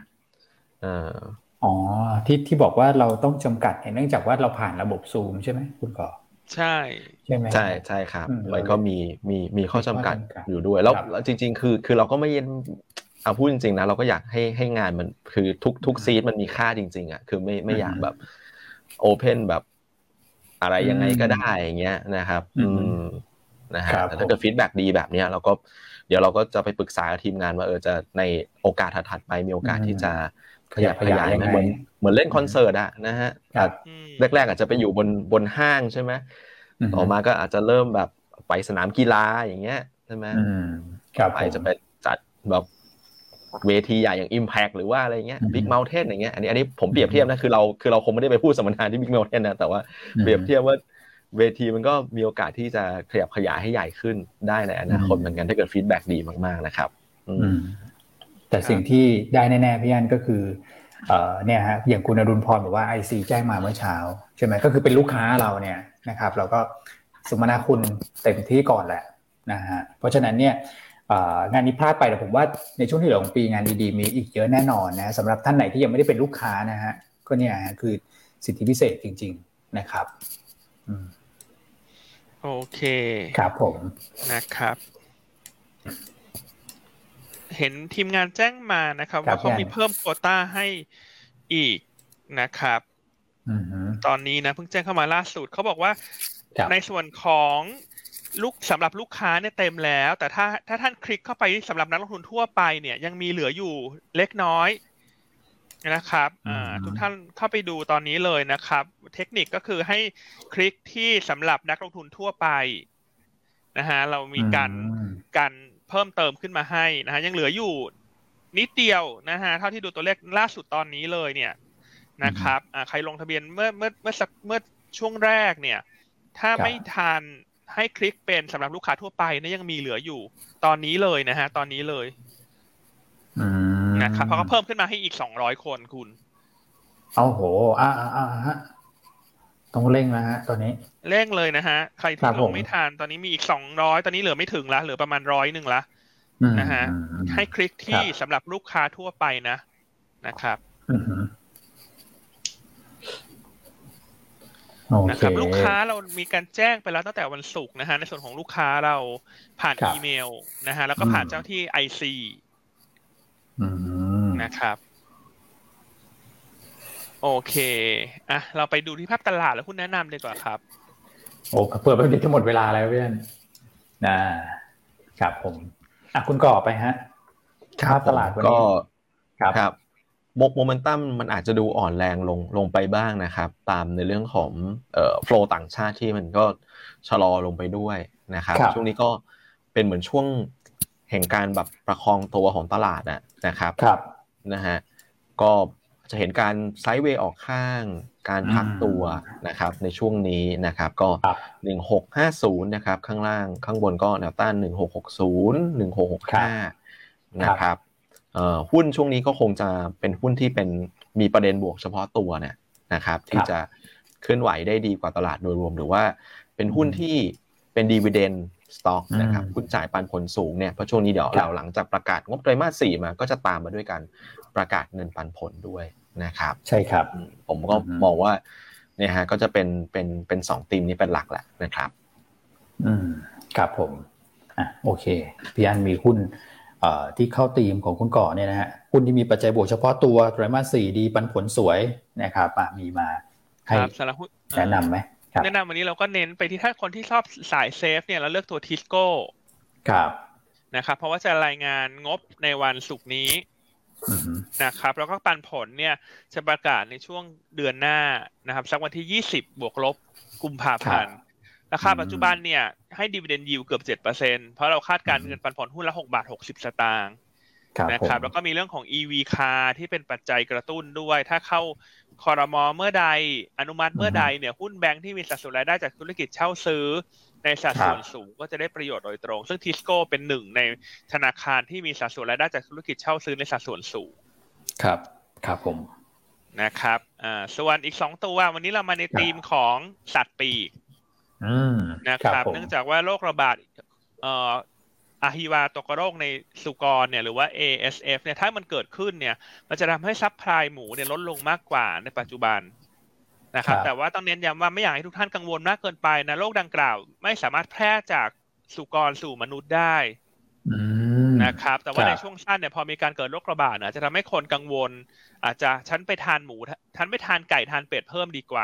ที่บอกว่าเราต้องจำกัดเนื่องจากว่าเราผ่านระบบซูมใช่ไหมคุณก่อใช่ไหมใช่ครับมันก็มีข้อจำกัดอยู่ด้วยแล้วจริงๆคือเราก็ไม่เอาพูดจริงๆนะเราก็อยากให้งานมันคือทุกซีทมันมีค่าจริงๆอ่ะคือไม่อยากแบบโอเพ่นแบบอะไรยังไงก็ได้อย่างเงี้ยนะครับนะฮะแต่ถ้าเกิดฟีดแบ็กดีแบบนี้เดี๋ยวเราก็จะไปปรึกษากับทีมงานว่าจะในโอกาสถัดไปมีโอกาสที่จะขยายเหมือนเล่นคอนเสิร์ตอะนะฮะแรกๆอาจจะไปอยู่บนห้างใช่ไหมต่อมาก็อาจจะเริ่มแบบไปสนามกีฬาอย่างเงี้ยใช่ไหมไปจะไปจัดแบบเวทีใหญ่อย่าง Impact หรือว่าอะไรเงี้ย Big Mountain อย่างเงี้ยอันนี้ผมเปรียบเทียบนะคือเราคงไม่ได้ไปพูดสัมมนาที่ Big Mountain นะแต่ว่าเปรียบเทียบว่าเวทีมันก็มีโอกาสที่จะขยับขยายให้ใหญ่ขึ้นได้ในอนาคตเหมือนกันถ้าเกิดฟีดแบ็กดีมากๆนะครับแต่สิ่งที่ได้แน่ๆพี่อันก็คือเนี่ยฮะอย่างคุณอรุณพรบอกว่า IC แจ้งมาเมื่อเช้าใช่ไหมก็คือเป็นลูกค้าเราเนี่ยนะครับเราก็สมนาคุณเต็มที่ก่อนแหละนะฮะเพราะฉะนั้นเนี่ยงานนี้พลาดไปแต่ผมว่าในช่วงที่เหลือของปีงานดีๆมีอีกเยอะแน่นอนนะสำหรับท่านไหนที่ยังไม่ได้เป็นลูกค้านะฮะก็เนี่ยคือสิทธิพิเศษจริงๆนะครับโอเคครับผมนะครับเห็นทีมงานแจ้งมานะครับว่าเขามีเพิ่มโควต้าให้อีกนะครับตอนนี้นะเพิ่งแจ้งเข้ามาล่าสุดเขาบอกว่าในส่วนของสำหรับลูกค้าเนี่ยเต็มแล้วแต่ถ้าท่านคลิกเข้าไปสำหรับนักลงทุนทั่วไปเนี่ยยังมีเหลืออยู่เล็กน้อยนะครับทุกท่านเข้าไปดูตอนนี้เลยนะครับเทคนิคก็คือให้คลิกที่สำหรับนักลงทุนทั่วไปนะฮะเรามีการเพิ่มเติมขึ้นมาให้นะฮะยังเหลืออยู่นิดเดียวนะฮะเท่าที่ดูตัวเลขล่าสุดตอนนี้เลยเนี่ยนะครับใครลงทะเบียนเมื่อช่วงแรกเนี่ยถ้าไม่ทันให้คลิกเป็นสำหรับลูกค้าทั่วไปนะยังมีเหลืออยู่ตอนนี้เลยนะฮะตอนนี้เลยนะครับเพราะเขาเพิ่มขึ้นมาให้อีก200คนคุณเอาโหฮะต้องเร่งนะฮะตอนนี้เร่งเลยนะฮะใครที่ลงไม่ทันตอนนี้มีอีก200ตอนนี้เหลือไม่ถึงละเหลือประมาณ100ละนะฮะให้คลิกที่สำหรับลูกค้าทั่วไปนะครับนะครับลูกค้าเรามีการแจ้งไปแล้วตั้งแต่วันศุกร์นะฮะในส่วนของลูกค้าเราผ่านอีเมลนะฮะแล้วก็ผ่านเจ้าที่ IC นะครับโอเคเราไปดูที่ภาพตลาดแล้วคุณแนะนำดีกว่าครับโอ้เปิดไปจะหมดเวลาแล้วเพื่อนนะครับผมคุณก่อไปฮะภาพตลาดวันนี้ครับโมเมนตัมมันอาจจะดูอ่อนแรงลงไปบ้างนะครับตามในเรื่องของโฟลว์ต่างชาติที่มันก็ชะลอลงไปด้วยนะครับช่วงนี้ก็เป็นเหมือนช่วงแห่งการแบบประคองตัวของตลาดนะครับนะฮะก็จะเห็นการไซด์เวย์ออกข้างการพักตัวนะครับในช่วงนี้นะครับก็1650นะครับข้างล่างข้างบนก็แนวต้าน1660 1665นะครับหุ้นช่วงนี้ก็คงจะเป็นหุ้นที่มีประเด็นบวกเฉพาะตัวนะครับที่จะเคลื่อนไหวได้ดีกว่าตลาดโดยรวมหรือว่าเป็นหุ้นที่เป็นดีวิเดนด์สต็อกนะครับหุ้นจ่ายปันผลสูงเนี่ยเพราะช่วงนี้เดี๋ยวเราหลังจากประกาศงบไตรมาส 4มาก็จะตามมาด้วยการประกาศเงินปันผลด้วยนะครับใช่ครับผมก็มองว่าเนี่ยฮะก็จะเป็น2ธีมนี้เป็นหลักแหละนะครับครับผมโอเคพี่อันมีหุ้นที่เข้าธีมของคุณก่อเนี่ยนะฮะหุ้นที่มีปัจจัยบวกเฉพาะตัวไตรมาส 4ดีปันผลสวยนะครับมีมาให้แนะนำไหมแนะนำวันนี้เราก็เน้นไปที่ถ้าคนที่ชอบสายเซฟเนี่ยเราเลือกตัวทิสโก้นะครับเพราะว่าจะรายงานงบในวันศุกร์นี้นะครับแล้วก็ปันผลเนี่ยจะประกาศในช่วงเดือนหน้านะครับสักวันที่20บวกลบกุมภาพันธ์ราคาปัจจุบันเนี่ยให้ดิวิเดนด์ยิลด์เกือบ 7% เพราะเราคาดการณ์เงินปันผลหุ้นละ6.60 สตางค์นะครับแล้วก็มีเรื่องของ EV car ที่เป็นปัจจัยกระตุ้นด้วยถ้าเข้าครม.เมื่อใดอนุมัติเมื่อใดเนี่ยหุ้นแบงค์ที่มีสัดส่วนรายได้จากธุรกิจเช่าซื้อในสัดส่วนสูงก็จะได้ประโยชน์โดยตรงซึ่งทิสโก้เป็นหนึ่งในธนาคารที่มีสัดส่วนรายได้จากธุรกิจเช่าซื้อในสัดส่วนสูงครับผมนะครับส่วนอีก2ตัววันนี้เรามาในธีมของสัตว์ปีกนะครับเนื่องจากว่าโรคระบาดอะฮิวาตกโรคในสุกรเนี่ยหรือว่า ASF เนี่ยถ้ามันเกิดขึ้นเนี่ยมันจะทำให้ซัพพลายหมูเนี่ยลดลงมากกว่าในปัจจุบันนะครับแต่ว่าต้องเน้นย้ำว่าไม่อยากให้ทุกท่านกังวลมากเกินไปนะโรคดังกล่าวไม่สามารถแพร่จากสุกรสู่มนุษย์ได้นะครับแต่ว่าในช่วงสั้นเนี่ยพอมีการเกิดโรคระบาดอาจจะทำให้คนกังวลอาจจะฉันไปทานหมูฉันไปทานไก่ทานเป็ดเพิ่มดีกว่า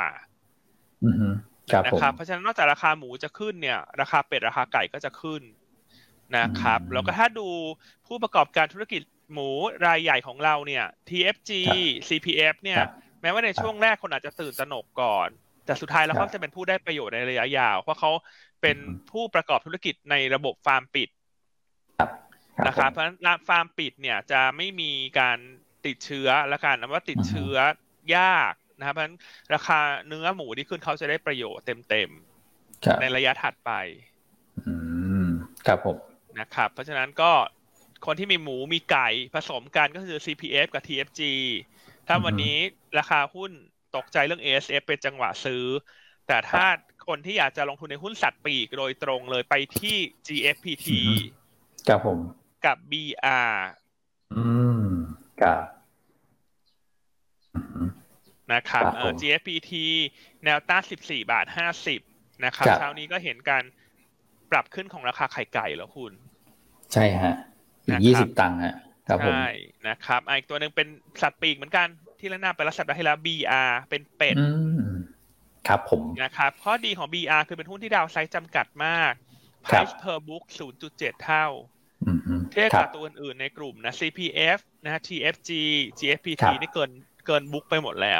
นะครับเพราะฉะนั้นนอกจากราคาหมูจะขึ้นเนี่ยราคาเป็ดราคาไก่ก็จะขึ้นนะครับแล้วก็ถ้าดูผู้ประกอบการธุรกิจหมูรายใหญ่ของเราเนี่ย TFG CPF เนี่ยแม้ว่าในช่วงแรกคนอาจจะตื่นตระหนกก่อนแต่สุดท้ายแล้วเขาจะเป็นผู้ได้ประโยชน์ในระยะยาวเพราะเขาเป็นผู้ประกอบธุรกิจในระบบฟาร์มปิดนะครับเพราะฉะนั้นฟาร์มปิดเนี่ยจะไม่มีการติดเชื้อและการว่าติดเชื้อยากนะครับเพราะฉะนั้นราคาเนื้อหมูที่ขึ้นเขาจะได้ประโยชน์เต็มๆในระยะถัดไปครับผมนะครับเพราะฉะนั้นก็คนที่มีหมูมีไก่ผสมกันก็คือ CPF กับ TFG ถ้าวันนี้ราคาหุ้นตกใจเรื่อง ASF เป็นจังหวะซื้อแต่ถ้าคนที่อยากจะลงทุนในหุ้นสัตว์ปีกโดยตรงเลยไปที่ GFPT ครับผมกับ BR ครับนะครับGFPT แนวต้าน 14.50 นะครับเช้านี้ก็เห็นการปรับขึ้นของราคาไข่ไก่แล้วคุณใช่ฮะอีก20 ตังค์ฮะครับผมใช่นะครับอีกตัวนึงเป็นสัตว์ปีกเหมือนกันที่แนะนำไปสัปดาห์ที่แล้ว BR เป็นเป็ดครับผมนะครับข้อดีของ BR คือเป็นหุ้นที่ดาวไซด์จำกัดมาก Price per book 0.7 เท่าเทียบกับตัวอื่นๆในกลุ่มนะ CPF นะ TFG GFPT นี่เกินบุ๊กไปหมดแล้ว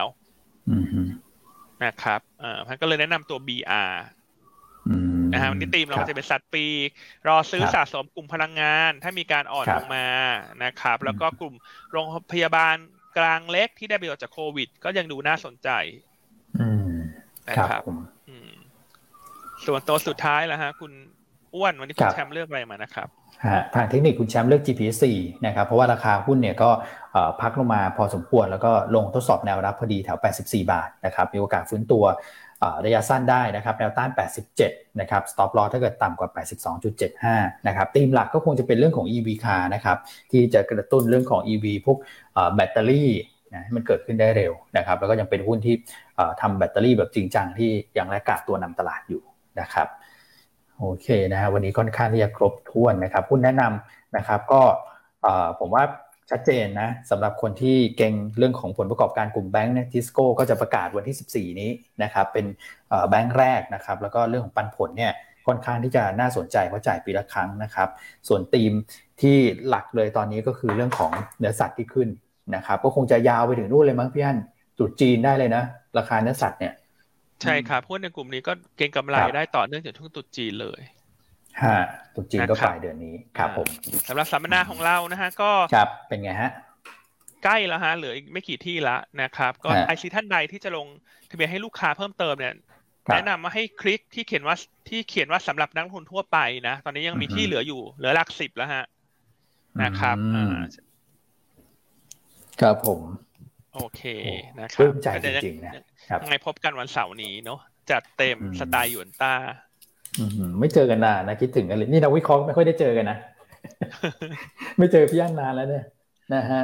นะครับพันก็เลยแนะนำตัว BR นะฮะวันนี้ธีมเราจะเป็นสัตว์ปีกรอซื้อสะสมกลุ่มพลังงานถ้ามีการอ่อนลงมานะครับแล้วก็กลุ่มโรงพยาบาลกลางเล็กที่ได้ประโยชน์จากโควิดก็ยังดูน่าสนใจนะครับส่วนตัวสุดท้ายแล้วฮะคุณอ้วนวันนี้คุณแชมป์เลือกอะไรมานะครับทางเทคนิคคุณแชมป์เลือก GPC นะครับเพราะว่าราคาหุ้นเนี่ยก็พักลงมาพอสมควรแล้วก็ลงทดสอบแนวรับพอดีแถว84 บาทนะครับมีโอกาสฟื้นตัวระยะสั้นได้นะครับแนวต้าน87นะครับ stop loss ถ้าเกิดต่ำกว่า82.75 นะครับธีมหลักก็คงจะเป็นเรื่องของ EV car นะครับที่จะกระตุ้นเรื่องของ EV พวกแบตเตอรี่นะให้มันเกิดขึ้นได้เร็วนะครับแล้วก็ยังเป็นหุ้นที่ทำแบตเตอรี่แบบจริงจังที่ยังแลกขาดตัวนำตลาดอยู่นะครับโอเคนะฮะวันนี้ค่อนข้างที่จะครบถ้วนนะครับหุ้นแนะนำนะครับก็ผมว่าชัดเจนนะสำหรับคนที่เก่งเรื่องของผลประกอบการกลุ่มแบงก์เนี่ยทิสโก้ก็จะประกาศวันที่14นี้นะครับเป็นแบงก์แรกนะครับแล้วก็เรื่องของปันผลเนี่ยค่อนข้างที่จะน่าสนใจเพราะจ่ายปีละครั้งนะครับส่วนธีมที่หลักเลยตอนนี้ก็คือเรื่องของเนื้อสัตว์ที่ขึ้นนะครับก็คงจะยาวไปถึงนู่นเลยมั้งพี่อั้นตรุษจีนได้เลยนะราคาเนื้อสัตว์เนี่ยใช่ครับหุ้นในกลุ่มนี้ก็เก็งกำไรได้ต่อเนื่องจนถึงตรุษจีนเลยตรุษจีนก็ปลายเดือนนี้ครับผมสำหรับสัมมนาของเรานะฮะก็ครับเป็นไงฮะใกล้แล้วฮะเหลืออีกไม่กี่ที่ละนะครับก็ไอซีท่านใดที่จะลงทะเบียนให้ลูกค้าเพิ่มเติมเนี่ยแนะนำมาให้คลิกที่เขียนว่าสำหรับนักลงทุนทั่วไปนะตอนนี้ยังมีที่เหลืออยู่เหลือหลัก10แล้วฮะนะครับครับผมโอเคนะครับปลื้มใจจริงๆนะครับยังไงพบกันวันเสาร์นี้เนาะจัดเต็มสไตล์หยวนต้าไม่เจอกันนานนะคิดถึงกันเลยนี่นักวิเคราะห์ไม่ค่อยได้เจอกันนะไม่เจอพี่อั้นนานแล้วเนี่ยนะฮะ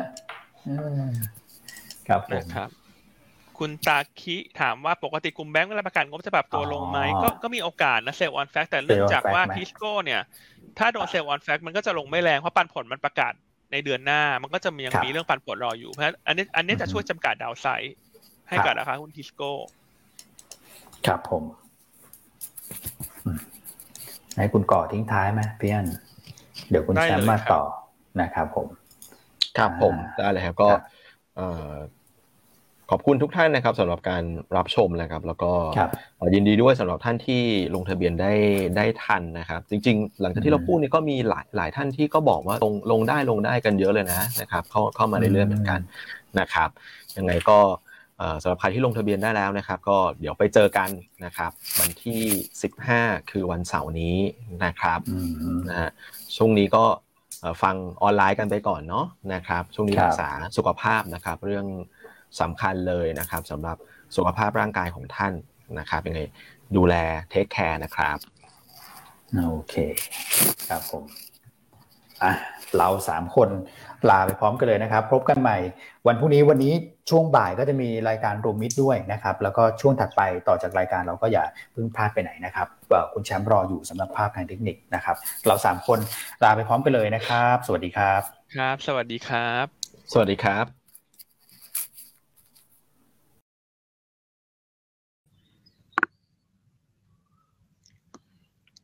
ครับผมครับคุณตาคิถามว่าปกติกลุ่มแบงก์เวลาประกาศงบจะปรับตัวลงไหมก็มีโอกาสนะเซลล์ออนแฟกแต่เนื่องจากว่าทิสโก้เนี่ยถ้าโดนเซลล์ออนแฟกมันก็จะลงไม่แรงเพราะปันผลมันประกาศในเดือนหน้ามันก็จะยังมีเรื่องปันผลรออยู่เพราะอันนี้จะช่วยจำกัดดาวไซด์ให้กับราคาหุ้นทิสโก้ครับผมให้คุณก่อทิ้งท้ายไหมพี่อั้นเดี๋ยวคุณแชมป์มาต่อนะครับผมครับผมได้เลยครับก็ขอบคุณทุกท่านนะครับสำหรับการรับชมนะครับแล้วก็ยินดีด้วยสำหรับท่านที่ลงทะเบียนได้ทันนะครับจริงๆหลังจากที่เราพูดนี่ก็มีหลายท่านที่ก็บอกว่าลงได้กันเยอะเลยนะครับเข้ามาเรื่อยๆเหมือนกันนะครับยังไงก็สำหรับใครที่ลงทะเบียนได้แล้วนะครับก็เดี๋ยวไปเจอกันนะครับวันที่15คือวันเสาร์นี้นะครับนะฮะช่วงนี้ก็ฟังออนไลน์กันไปก่อนเนาะนะครับช่วงนี้รักษาสุขภาพนะครับเรื่องสำคัญเลยนะครับสำหรับสุขภาพร่างกายของท่านนะครับยังไงดูแลเทคแคร์นะครับโอเคครับผมเรา3คนลาไปพร้อมกันเลยนะครับพบกันใหม่วันพรุ่งนี้วันนี้ช่วงบ่ายก็จะมีรายการรวมมิตรด้วยนะครับแล้วก็ช่วงถัดไปต่อจากรายการเราก็อย่าเพิ่งพลาดไปไหนนะครับคุณแชมป์รออยู่สำหรับภาพทางเทคนิคนะครับเรา3คนลาไปพร้อมกันเลยนะครับสวัสดีครับครับสวัสดีครับสวัสดีครับ